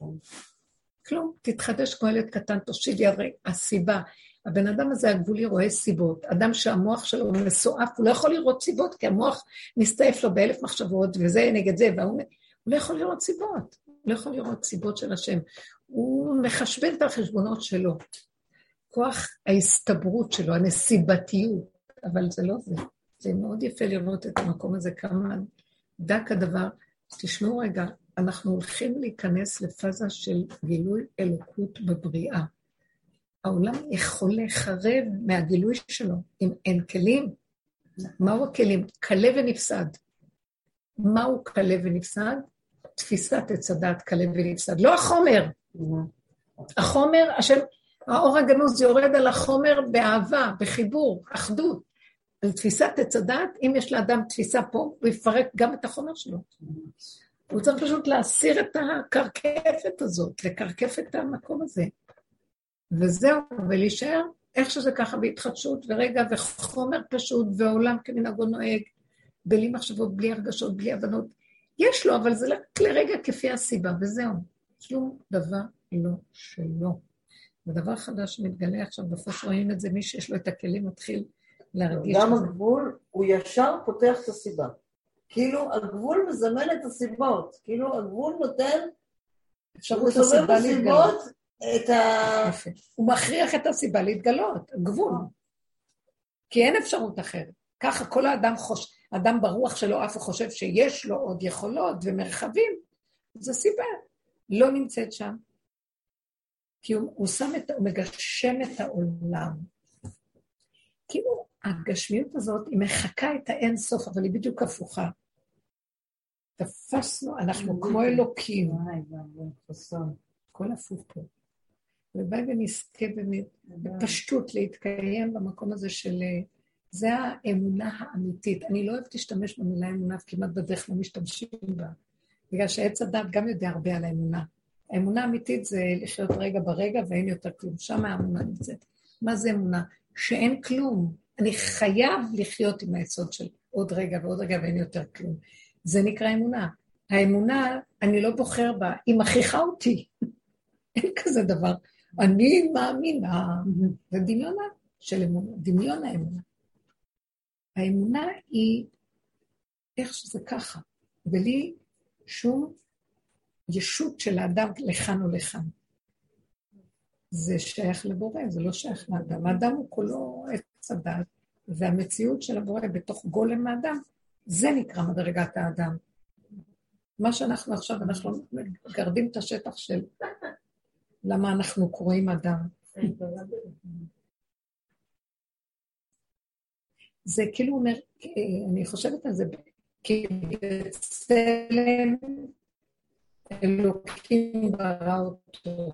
כלום, תתחדש כמו ילד קטן, תושיב ידרי, הסיבה. הבן אדם הזה הגבולי רואה סיבות. אדם שהמוח שלו מסועף, הוא לא יכול לראות סיבות, כי המוח מסתעף לו באלף מחשבות, וזה נגד זה, הוא לא יכול לראות סיבות. הוא לא יכול לראות סיבות של השם. הוא מחשבן את החשבונות שלו. כוח ההסתברות שלו, הנסיבתיות, אבל זה לא זה. זה מאוד יפה לראות את המקום הזה, כמה דק הדבר. תשמעו רגע, אנחנו הולכים להיכנס לפאזה של גילוי אלוקות בבריאה. העולם יכול להיחרב מהגילוי שלו, אם אין כלים. מהו הכלים? קלה ונפסד. מהו קלה ונפסד? תפיסת הצדת קלה ונפסד. לא החומר. החומר, האור הגנוז יורד על החומר באהבה, בחיבור, אחדות. על תפיסת הצדת, אם יש לאדם תפיסה פה, הוא יפרק גם את החומר שלו. הוא צריך פשוט להסיר את הקרקפת הזאת, לקרקף את המקום הזה. וזהו, ולהישאר איך שזה ככה בהתחדשות ורגע וחומר פשוט, והעולם כמנהגו נוהג, בלי מחשבות, בלי הרגשות, בלי הבנות. יש לו, אבל זה רק לרגע כפי הסיבה, וזהו. שום דבר לא שלו. זה דבר חדש שמתגלה עכשיו, בפוש רואים את זה, מי שיש לו את הכלים מתחיל להרגיש גם את זה. הגבול, הוא ישר פותח את הסיבה. כאילו הגבול מזמן את הסיבות, כאילו הגבול נותן אפשרות הסיבה להתגלות. יפה. הוא מכריח את הסיבה להתגלות, גבול. כי אין אפשרות אחרת. ככה כל האדם ברוח שלו אף הוא חושב שיש לו עוד יכולות ומרחבים, זו סיבה. לא נמצאת שם. כי הוא מגשם את העולם. כאילו הגשמיות הזאת היא מחכה את האין סוף, אבל היא בדיוק הפוכה. תפסנו, אנחנו כמו אלוקים. כל הפוך פה. ובאי ונזכה בפשטות להתקיים במקום הזה של... זה האמונה האמיתית. אני לא אוהבת להשתמש במילה אמונה, כמעט בדרך לא משתמשים בה. בגלל שעץ הדת גם יודע הרבה על האמונה. האמונה האמיתית זה לחיות רגע ברגע ואין יותר כלום. שם האמונה נמצאת. מה זה אמונה? שאין כלום. אני חייב לחיות עם היסוד של עוד רגע ועוד רגע ואין יותר כלום. זה נקרא אמונה. האמונה, אני לא בוחר בה, היא מכריחה אותי. אין כזה דבר. אני מאמינה. זה דמיונה של אמונה, דמיון האמונה. האמונה היא איך שזה ככה, בלי שום ישות של האדם לכאן או לכאן. זה שייך לבורא, זה לא שייך לאדם. האדם הוא כולו עץ הדת, והמציאות של הבורא בתוך גולם האדם, זה נקרא מדרגת האדם. מה שאנחנו עכשיו, אנחנו גרדים את השטח של למה אנחנו קוראים אדם. זה כאילו אומר, אני חושבת על זה, כי בצלם אלוקים ברא אותו.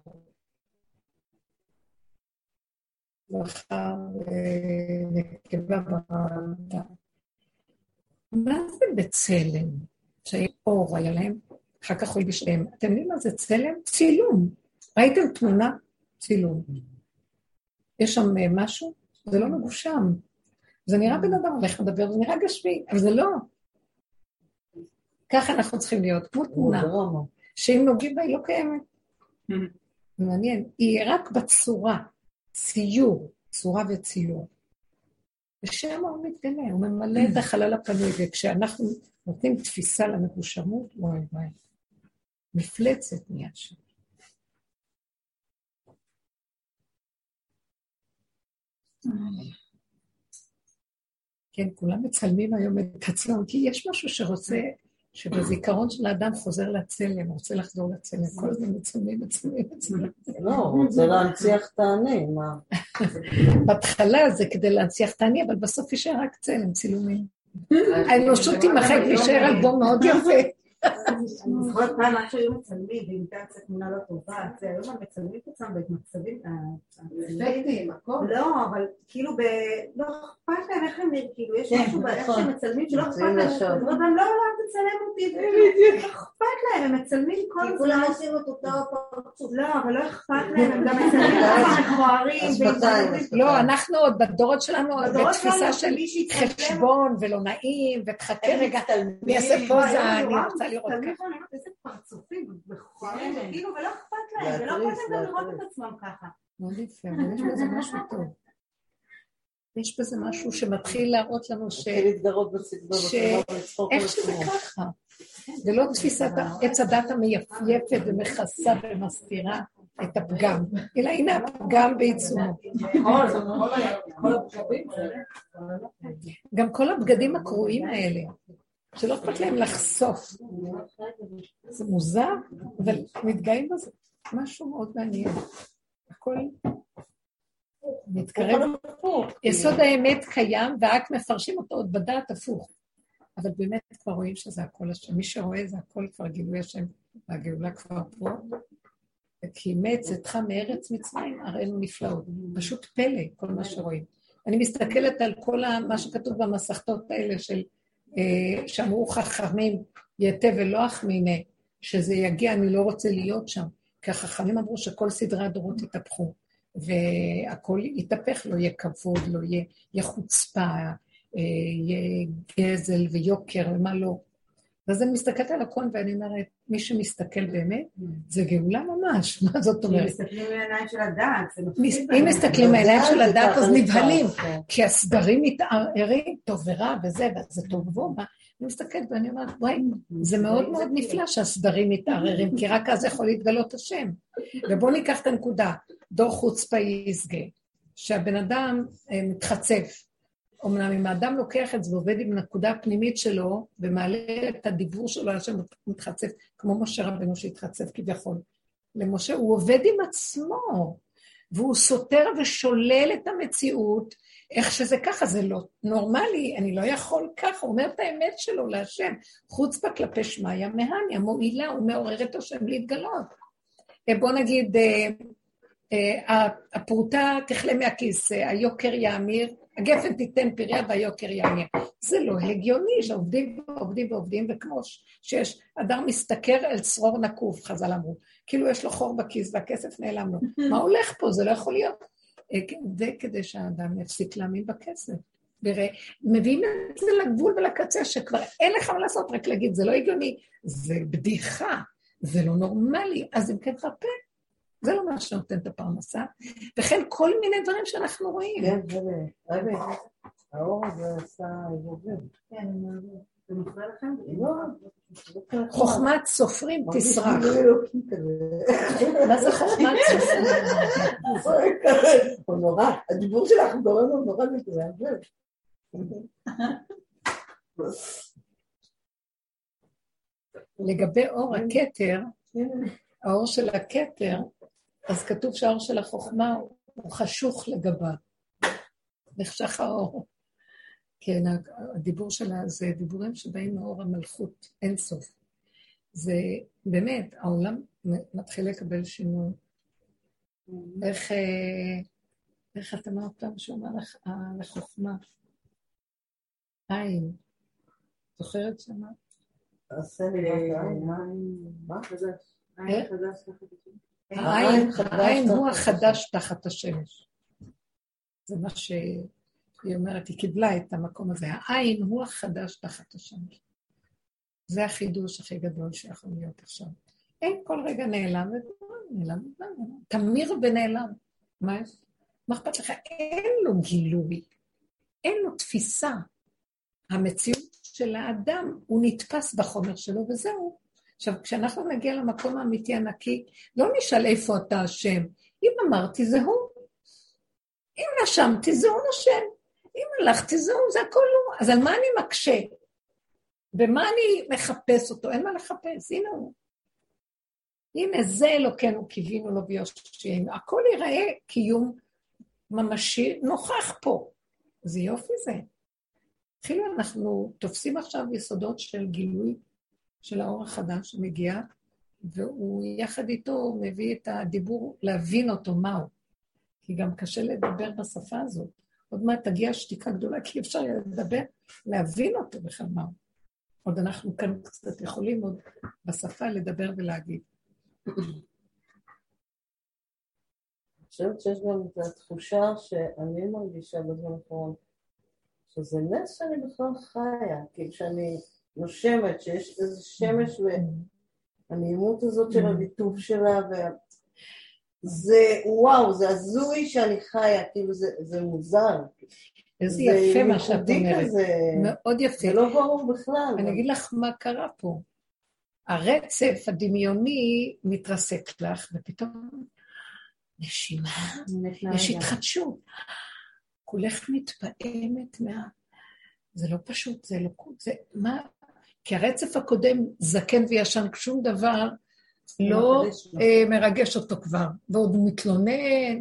ואחר נקבה ברא אותה. מה זה בצלם? שאור היה להם, אחר כך הוא בשלם. אתם יודעים מה זה צלם? צילום. ראיתם תמונה? צילום. יש שם משהו? זה לא מגושם. זה נראה בן אדם הולך לדבר, זה נראה גשמי, אבל זה לא. ככה אנחנו צריכים להיות, כמו תמונה, שאם נוגעים בה היא לא קיימת. מעניין, היא רק בצורה, ציור, צורה וציור. ושם הוא מתגלה, הוא ממלא את החלל הפנוי, וכשאנחנו נותנים תפיסה למגושמות, וואי וואי, מפלצת נהיה שם. כן, כולם מצלמים היום את עצמם, כי יש משהו שרוצה, שבזיכרון של האדם חוזר לצלם, רוצה לחזור לצלם, כל הזמן מצלמים. לא, הוא רוצה להנציח את העני, מה? בהתחלה זה כדי להנציח את העני, אבל בסוף יישאר רק צלם, צילומים. האנושות תימחק וישאר אלבום מאוד יפה. אני זוכרת פעם מה שהיו מצלמים, ואם תעצה תמונה לא טובה, היום הם מצלמים את עצמם במצבים, אפקטים, הכל. לא, אבל כאילו, לא אכפת להם איך הם נראים, כאילו, יש משהו באיך שהם מצלמים שלא אכפת להם, אז הם לא תצלם אותי, לא אכפת להם, הם מצלמים כל הזמן. כולם עושים את אותו פרצוף. לא, אבל לא אכפת להם, הם גם מצלמים ככה מכוערים. לא, אנחנו עוד בדורות שלנו, בתפיסה של חשבון ולא נעים, ותחכה רגע, מי יעשה פוזה, אני רוצה לראות ככה. איזה פרצופים, בכוערים, כאילו, ולא אכפת להם, ולא אכפת להם גם לראות את עצמם ככה. מאוד יפה, אבל יש בזה משהו טוב. יש בזה משהו שמתחיל להראות לנו איך שזה ככה. ולא תפיסת עץ הדת המייפייפת ומכסה ומסתירה את הפגם, אלא הנה הפגם בעיצומו. גם כל הבגדים הקרועים האלה, שלא אכפת להם לחשוף. זה מוזר, אבל מתגאים בזה. משהו מאוד מעניין. הכל מתקרב. יסוד האמת קיים, ורק מפרשים אותו עוד בדעת הפוך. אבל באמת כבר רואים שזה הכל השם. מי שרואה זה הכל כבר גילוי השם, והגאולה כבר פה. כי אימץ אתך מארץ מצרים, הראינו נפלאות. פשוט פלא, כל מה שרואים. אני מסתכלת על כל מה שכתוב במסכתות האלה של שאמרו חכמים יתה ולא אחמינה, שזה יגיע, אני לא רוצה להיות שם. כי החכמים אמרו שכל סדרי הדורות יתהפכו, והכל יתהפך, לא יהיה כבוד, לא יהיה חוצפה, יהיה גזל ויוקר ומה לא. אז אני מסתכלת על הכל ואני אומרת, מי שמסתכל באמת, זה גאולה ממש. מה זאת אומרת? אם מסתכלים מהעיניים של הדעת, אם מסתכלים מהעיניים של הדעת, אז נבהלים, כי הסדרים מתערערים, טוב ורע וזה, וזה טוב ובוא, אני מסתכלת ואני אומרת, וואי, זה מאוד מאוד נפלא שהסדרים מתערערים, כי רק אז יכול להתגלות השם. ובואו ניקח את הנקודה, דור חוצפה יסגה, שהבן אדם מתחצף, אמנם אם האדם לוקח את זה ועובד עם נקודה הפנימית שלו, ומעלה את הדיבור שלו, השם מתחצף, כמו משה רבנו שהתחצף כביכול. למשה, הוא עובד עם עצמו, והוא סותר ושולל את המציאות, איך שזה ככה, זה לא נורמלי, אני לא יכול ככה, הוא אומר את האמת שלו להשם, חוצפה כלפי שמיה מהני, המועילה, הוא מעורר את השם להתגלות. בוא נגיד, הפרוטה תכלה מהכיס, היוקר יאמיר, הגפן תיתן פריה והיוקר יאמיר. זה לא הגיוני שעובדים ועובדים ועובדים, וכמו שיש אדם מסתכר אל צרור נקוב, חז"ל אמרו, כאילו יש לו חור בכיס והכסף נעלם לו. מה הולך פה? זה לא יכול להיות. זה כדי שהאדם יפסיק להאמין בכסף. מביאים את זה לגבול ולקצה, שכבר אין לך מה לעשות, רק להגיד, זה לא הגיוני, זה בדיחה, זה לא נורמלי, אז אם כן תרפה. זה לא מה שנותן את הפרנסה, וכן כל מיני דברים שאנחנו רואים. כן, רבי, האור הזה עשה עיבובים. כן, זה מפריע לכם? לא. חוכמת סופרים תסרח. מה זה חוכמת סופרים? הוא נורא, הדיבור שלך הוא נורא מתרעב. לגבי אור הכתר, האור של הכתר, אז כתוב שהאור של החוכמה הוא חשוך לגבה. נחשך האור. כן, הדיבור שלה זה דיבורים שבאים מאור המלכות, אין סוף. זה באמת, העולם מתחיל לקבל שינוי. איך את אמרת פעם שאומר לחוכמה? עין. זוכרת שמה? עשה לי עין. מה? העין הוא החדש תחת השמש. זה מה שהיא אומרת, היא קיבלה את המקום הזה. העין הוא החדש תחת השמש. זה החידוש הכי גדול שיכול להיות עכשיו. אין כל רגע נעלם, תמיר ונעלם. מה אכפת לך? אין לו גילוי, אין לו תפיסה. המציאות של האדם הוא נתפס בחומר שלו וזהו. עכשיו, כשאנחנו נגיע למקום האמיתי הנקי, לא נשאל איפה אתה השם. אם אמרתי, זה הוא. אם נשמתי, זה הוא נשם. אם הלכתי, זה הוא, זה הכל הוא. אז על מה אני מקשה? ומה אני מחפש אותו? אין מה לחפש, הנה הוא. הנה, זה אלוקינו קיווינו לו ביושענו. הכל ייראה קיום ממשי נוכח פה. זה יופי זה. כאילו אנחנו תופסים עכשיו יסודות של גילוי, של האור החדש שמגיע, והוא יחד איתו מביא את הדיבור להבין אותו מהו. כי גם קשה לדבר בשפה הזאת. עוד מעט תגיע שתיקה גדולה, כי אפשר לדבר, להבין אותו בכלל מהו. עוד אנחנו כאן קצת יכולים עוד בשפה לדבר ולהגיד. אני חושבת שיש גם את התחושה שאני מרגישה בזמן האחרון, שזה נס שאני בכלל חיה, כי כשאני נושמת, שיש איזה שמש והנעימות הזאת של הביטוף שלה, זה וואו, זה הזוי שאני חיה, כאילו זה מוזר. איזה יפה מה שאת אומרת, מאוד יפה. זה לא ברור בכלל. אני אגיד לך מה קרה פה. הרצף הדמיוני מתרסק לך, ופתאום נשימה, יש התחדשות. כולך מתפעמת זה לא פשוט, זה לא... זה מה? כי הרצף הקודם זקן וישן, שום דבר לא מרגש אותו כבר, ועוד הוא מתלונן,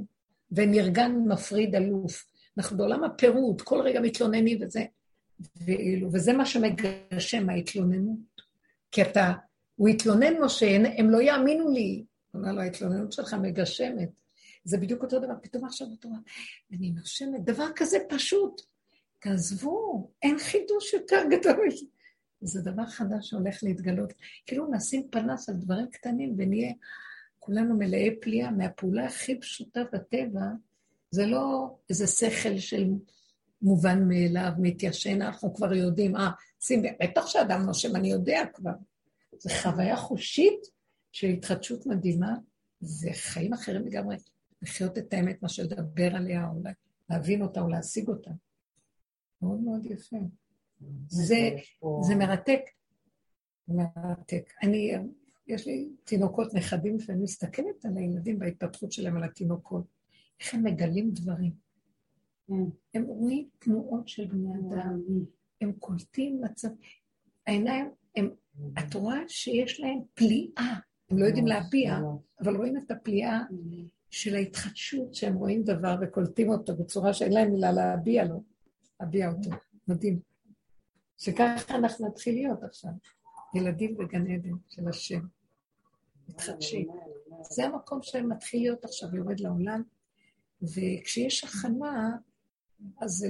ונרגן מפריד אלוף. אנחנו בעולם הפירוט, כל רגע מתלוננים וזה מה שמגשם, ההתלוננות. כי הוא התלונן משה, הם לא יאמינו לי. אומר לו, ההתלוננות שלך מגשמת. זה בדיוק אותו דבר, פתאום עכשיו אותו דבר, אני נושמת, דבר כזה פשוט. תעזבו, אין חידוש יותר גדול. זה דבר חדש שהולך להתגלות. כאילו נשים פנס על דברים קטנים ונהיה כולנו מלאי פליאה, מהפעולה הכי פשוטה בטבע, זה לא איזה שכל של מובן מאליו, מתיישן, אנחנו כבר יודעים, שים, בטח שאדם נושם, אני יודע כבר. זה חוויה חושית של התחדשות מדהימה, זה חיים אחרים לגמרי, לחיות את האמת, מה שלדבר עליה, או להבין אותה, או להשיג אותה. מאוד מאוד יפה. זה מרתק. מרתק. יש לי תינוקות נכדים, ואני מסתכלת על הילדים בהתפתחות שלהם, על התינוקות. איך הם מגלים דברים. הם רואים תנועות של בני אדם. הם קולטים מצב. העיניים, את רואה שיש להם פליאה. הם לא יודעים להביע, אבל רואים את הפליאה של ההתחדשות, שהם רואים דבר וקולטים אותו בצורה שאין להם מילה להביע אותו. מדהים. שככה אנחנו נתחיל להיות עכשיו. ילדים בגן עדן של השם. מתחדשים. זה המקום שהם מתחיל להיות עכשיו, יורד לעולם, וכשיש הכנה, אז זה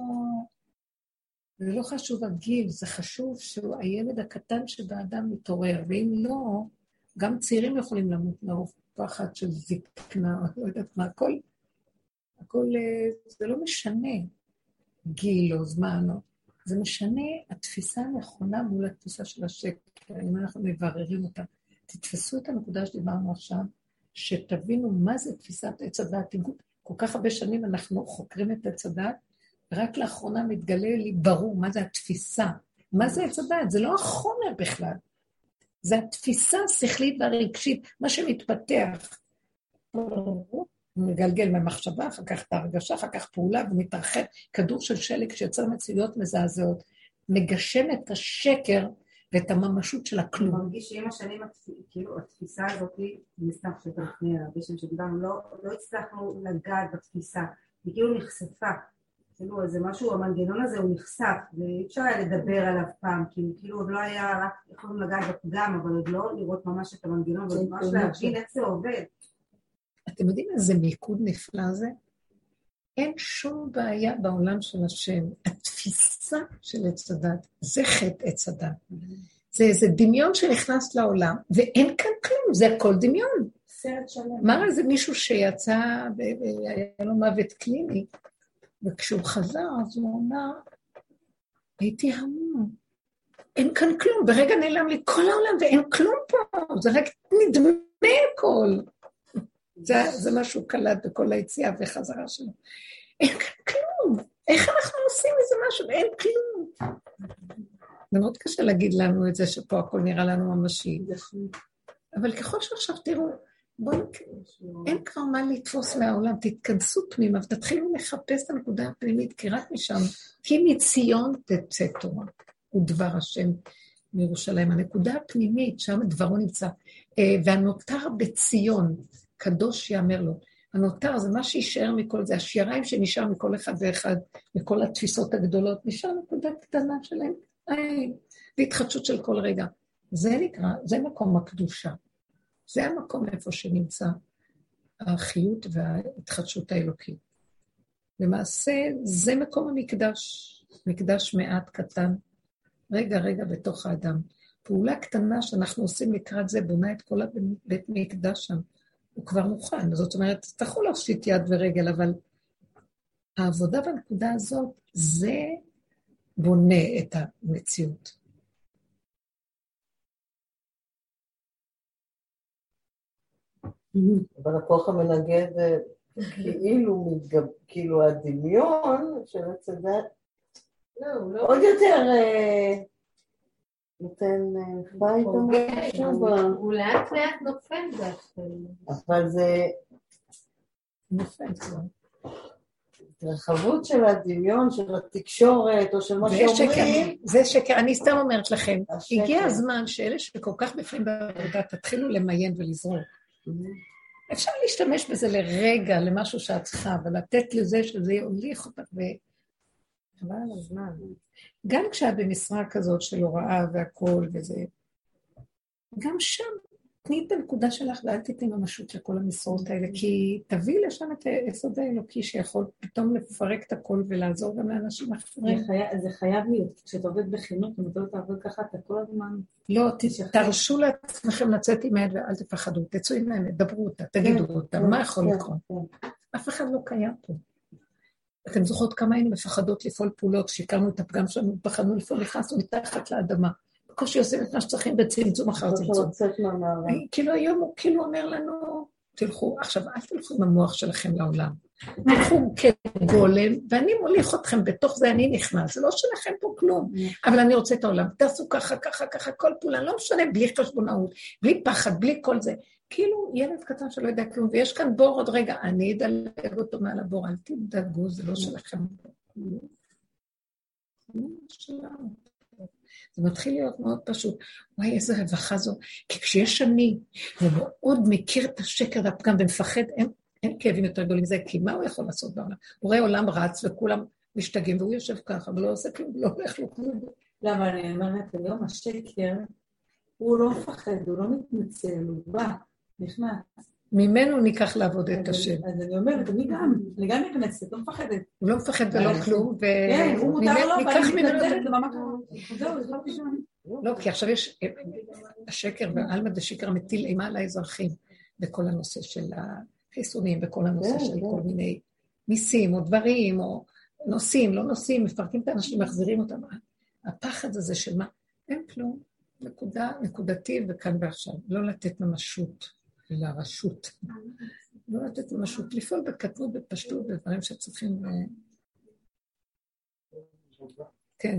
לא חשוב הגיל, זה חשוב שהוא הילד הקטן שבאדם מתעורר, ואם לא, גם צעירים יכולים למות מרוב פחד של זקנה, לא יודעת מה, הכל זה לא משנה גיל או זמן, זה משנה התפיסה הנכונה מול התפיסה של השקר, אם אנחנו מבררים אותה. תתפסו את הנקודה שדיברנו עכשיו, שתבינו מה זה תפיסת עץ הדעת. כל כך הרבה שנים אנחנו חוקרים את עץ הדעת, רק לאחרונה מתגלה לי ברור מה זה התפיסה. מה זה עץ הדעת? זה לא החומר בכלל. זה התפיסה השכלית והרגשית, מה שמתפתח. מגלגל ממחשבה, אחר כך את ההרגשה, אחר כך פעולה, ומתרחב כדור של שלג שיוצר מציאויות מזעזעות, מגשם את השקר ואת הממשות של הכלום. אני מרגיש שעם השנים, כאילו, התפיסה הזאת, מסתם שתרחני הרבה שם שדיברנו, לא הצלחנו לגעת בתפיסה, היא כאילו נחשפה, כאילו, זה משהו, המנגנון הזה הוא נחשף, ואי אפשר היה לדבר עליו פעם, כאילו, עוד לא היה רק יכולים לגעת בפגם, אבל עוד לא לראות ממש את המנגנון, וממש להבין איך זה עובד. אתם יודעים איזה מיקוד נפלא זה? אין שום בעיה בעולם של השם. התפיסה של עץ הדת, זה חטא עץ הדת. זה איזה דמיון שנכנס לעולם, ואין כאן כלום, זה הכל דמיון. אמר איזה מישהו שיצא, והיה לו מוות קליני, וכשהוא חזר, אז הוא אמר, הייתי המום. אין כאן כלום, ברגע נעלם לי כל העולם, ואין כלום פה, זה רק נדמה הכל. זה משהו קלט בכל היציאה וחזרה שלו. אין כאן כלום. איך אנחנו עושים איזה משהו? אין כלום. זה מאוד קשה להגיד לנו את זה שפה הכל נראה לנו ממשי. אבל ככל שעכשיו תראו, אין כבר מה לתפוס מהעולם, תתכנסו פנימה ותתחילו לחפש את הנקודה הפנימית, כי רק משם, כי מציון תצא תורה, הוא דבר השם מירושלים. הנקודה הפנימית, שם דברו נמצא, והנותר בציון, קדוש יאמר לו. הנותר זה מה שישאר מכל זה, השיריים שנשאר מכל אחד ואחד, מכל התפיסות הגדולות, נשאר נקודה קטנה שלהם, והתחדשות של כל רגע. זה נקרא, זה מקום הקדושה. זה המקום איפה שנמצא החיות וההתחדשות האלוקית. למעשה, זה מקום המקדש, מקדש מעט קטן, רגע בתוך האדם. פעולה קטנה שאנחנו עושים לקראת זה, בונה את כל הבית מקדש שם. הוא כבר מוכן, זאת אומרת, תצטרכו להושיט יד ורגל, אבל העבודה בנקודה הזאת, זה בונה את המציאות. אבל הכוח המנגד כאילו הדמיון של הצדת, עוד יותר נותן בית המחשבה. הוא לאט לאט נופל דווקא. אבל זה נופל כבר. התרחבות של הדמיון, של התקשורת, או של מה שאומרים. זה שקר, אני סתם אומרת לכם, הגיע הזמן שאלה שכל כך בפנים בעבודה, תתחילו למיין ולזרוק. אפשר להשתמש בזה לרגע, למשהו שאת צריכה, אבל לתת לזה שזה יוליך אותך חבל על הזמן. גם כשאת במשרה כזאת של הוראה והכל וזה, גם שם תני את הנקודה שלך ואל תתני ממשות לכל המשרות האלה, כי תביא לשם את היסוד האלוקי שיכול פתאום לפרק את הכל ולעזור גם לאנשים אחרים. זה חייב להיות. כשאתה עובד בחינוך, אם אתה לא תעבוד ככה, אתה כל הזמן... לא, תרשו לעצמכם לצאת עם האמת ואל תפחדו, תצאו עם האמת, דברו אותה, תגידו אותה, מה יכול לקרות? אף אחד לא קיים פה. אתם זוכרות כמה היינו מפחדות לפעול פעולות, שיקרנו את הפגם שלנו, פחדנו לפעול, נכנסנו מתחת לאדמה. בקושי עושים את מה שצריכים בצמצום אחר צמצום. כאילו היום הוא כאילו אומר לנו, תלכו, עכשיו אל תלכו עם המוח שלכם לעולם. תלכו כגולם, ואני מוליך אתכם, בתוך זה אני נכנס, זה לא שלכם פה כלום, אבל אני רוצה את העולם, תעשו ככה, ככה, ככה, כל פעולה, לא משנה, בלי חשבונאות, בלי פחד, בלי כל זה. כאילו ילד קטן שלא יודע כלום, ויש כאן בור עוד רגע, אני אדלג אותו מעל הבור, אל תדאגו, זה לא שלכם. זה מתחיל להיות מאוד פשוט. וואי, איזה רווחה זו. כי כשיש אני, ומאוד מכיר את השקר והפגם ומפחד, אין כאבים יותר גדולים זה, כי מה הוא יכול לעשות בעולם? הוא רואה עולם רץ וכולם משתגעים, והוא יושב ככה, ולא עושה כלום, לא הולך לו כלום. למה אני אומרת, היום השקר, הוא לא מפחד, הוא לא מתנצל, הוא בא, נכנס. ממנו ניקח לעבוד את השם. אז אני אומרת, אני גם נכנסת, לא מפחדת. הוא לא מפחד ולא כלום, כן, הוא מותר לו, ואני מתנצלת, ומה קרה? זהו, זה לא פשוט. לא, כי עכשיו יש השקר, ועלמא דשקר מטיל אימה על האזרחים, בכל הנושא של חיסונים, בכל הנושא של כל מיני מיסים, או דברים, או נושאים, לא נושאים, מפרקים את האנשים, מחזירים אותם. הפחד הזה של מה? אין כלום, נקודתי וכאן ועכשיו, לא לתת ממשות לרשות. לא לתת ממשות, לפעול בקטנות, בפשטות, בדברים שצריכים... כן,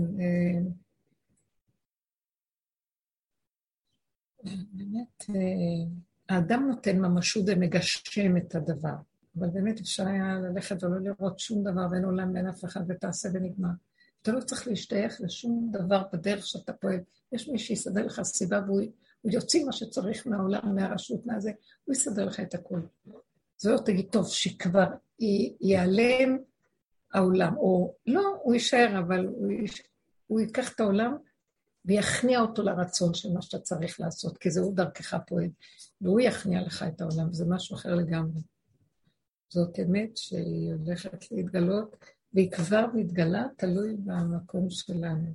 באמת, האדם נותן ממשות ומגשם את הדבר, אבל באמת אפשר היה ללכת ולא לראות שום דבר, ואין עולם, ואין אף אחד, ותעשה ונגמר. אתה לא צריך להשתייך לשום דבר בדרך שאתה פועל. יש מי שיסדר לך סיבה, והוא יוציא מה שצריך מהעולם, מהרשות, מהזה, הוא יסדר לך את הכל. זה לא תגיד, טוב, שכבר ייעלם העולם, או לא, הוא יישאר, אבל הוא ייקח את העולם, ויכניע אותו לרצון של מה שאתה צריך לעשות, כי זהו דרכך פועל, והוא יכניע לך את העולם, זה משהו אחר לגמרי. זאת אמת שהיא הולכת להתגלות, והיא כבר מתגלה, תלוי במקום שלנו.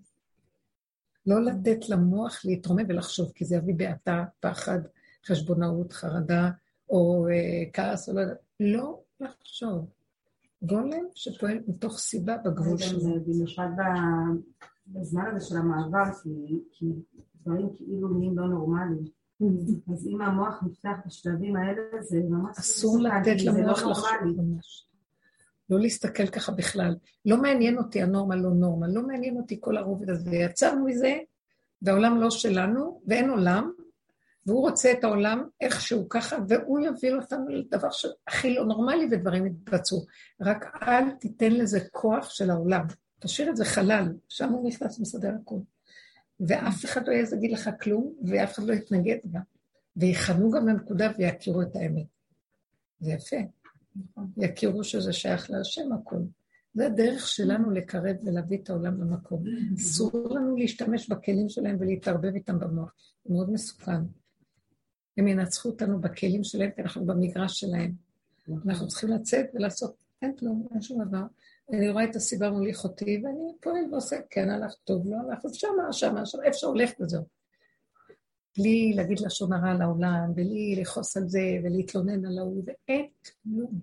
לא לתת למוח להתרומם ולחשוב, כי זה יביא בעתה, פחד, חשבונאות, חרדה, או כעס, או לא לחשוב. גולם שפועל מתוך סיבה בגבול שלנו. במיוחד בזמן הזה של המעבר, כי דברים כאילו נהיים לא נורמליים. אז אם המוח נפתח בשלבים האלה, זה ממש... אסור לתת למוח לחשוב ממש. לא להסתכל ככה בכלל. לא מעניין אותי הנורמה, לא נורמה. לא מעניין אותי כל הרובד הזה. יצרנו מזה, והעולם לא שלנו, ואין עולם, והוא רוצה את העולם איכשהו ככה, והוא יביא אותנו לדבר הכי לא נורמלי, ודברים יתבצעו. רק אל תיתן לזה כוח של העולם. תשאיר את זה חלל, שם הוא נכנס מסדר הכל. ואף אחד לא יגיד לך כלום, ואף אחד לא יתנגד גם. ויחנו גם לנקודה ויכירו את האמת. זה יפה. יכירו שזה שייך להשם הכל. זה הדרך שלנו לקרב ולהביא את העולם למקום. אסור לנו להשתמש בכלים שלהם ולהתערבב איתם במוח. זה מאוד מסוכן. הם ינצחו אותנו בכלים שלהם, כי אנחנו במגרש שלהם. אנחנו צריכים לצאת ולעשות, אין כלום, אין שום דבר. אני רואה את הסיבה מוליך אותי, ואני פועל ועושה, כן, הלך טוב, לא הלך, אז שמה, איפה הולך וזהו. בלי להגיד לשון הרע לעולם, בלי לחוס על זה, ולהתלונן על ההוא, ואין כלום.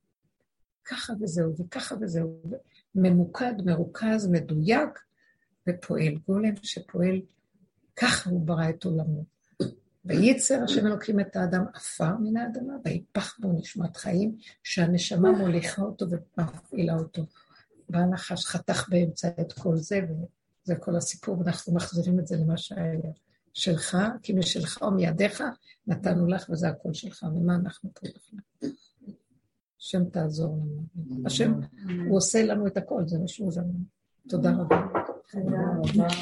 ככה וזהו, וככה וזהו. ממוקד, מרוכז, מדויק, ופועל. גולם שפועל, ככה הוא ברא את עולמו. וייצר השם אלוקים את האדם עפר מן האדמה, ויפח בו נשמת חיים, שהנשמה מוליכה אותו ומפעילה אותו. והנחש חתך באמצע את כל זה, וזה כל הסיפור, ואנחנו מחזירים את זה למה שהיה שלך, כי משלך או מידיך, נתנו לך, וזה הכל שלך, ומה אנחנו פה בכלל. השם תעזור לנו. השם, הוא עושה לנו את הכל, זה משהו זמן. תודה רבה.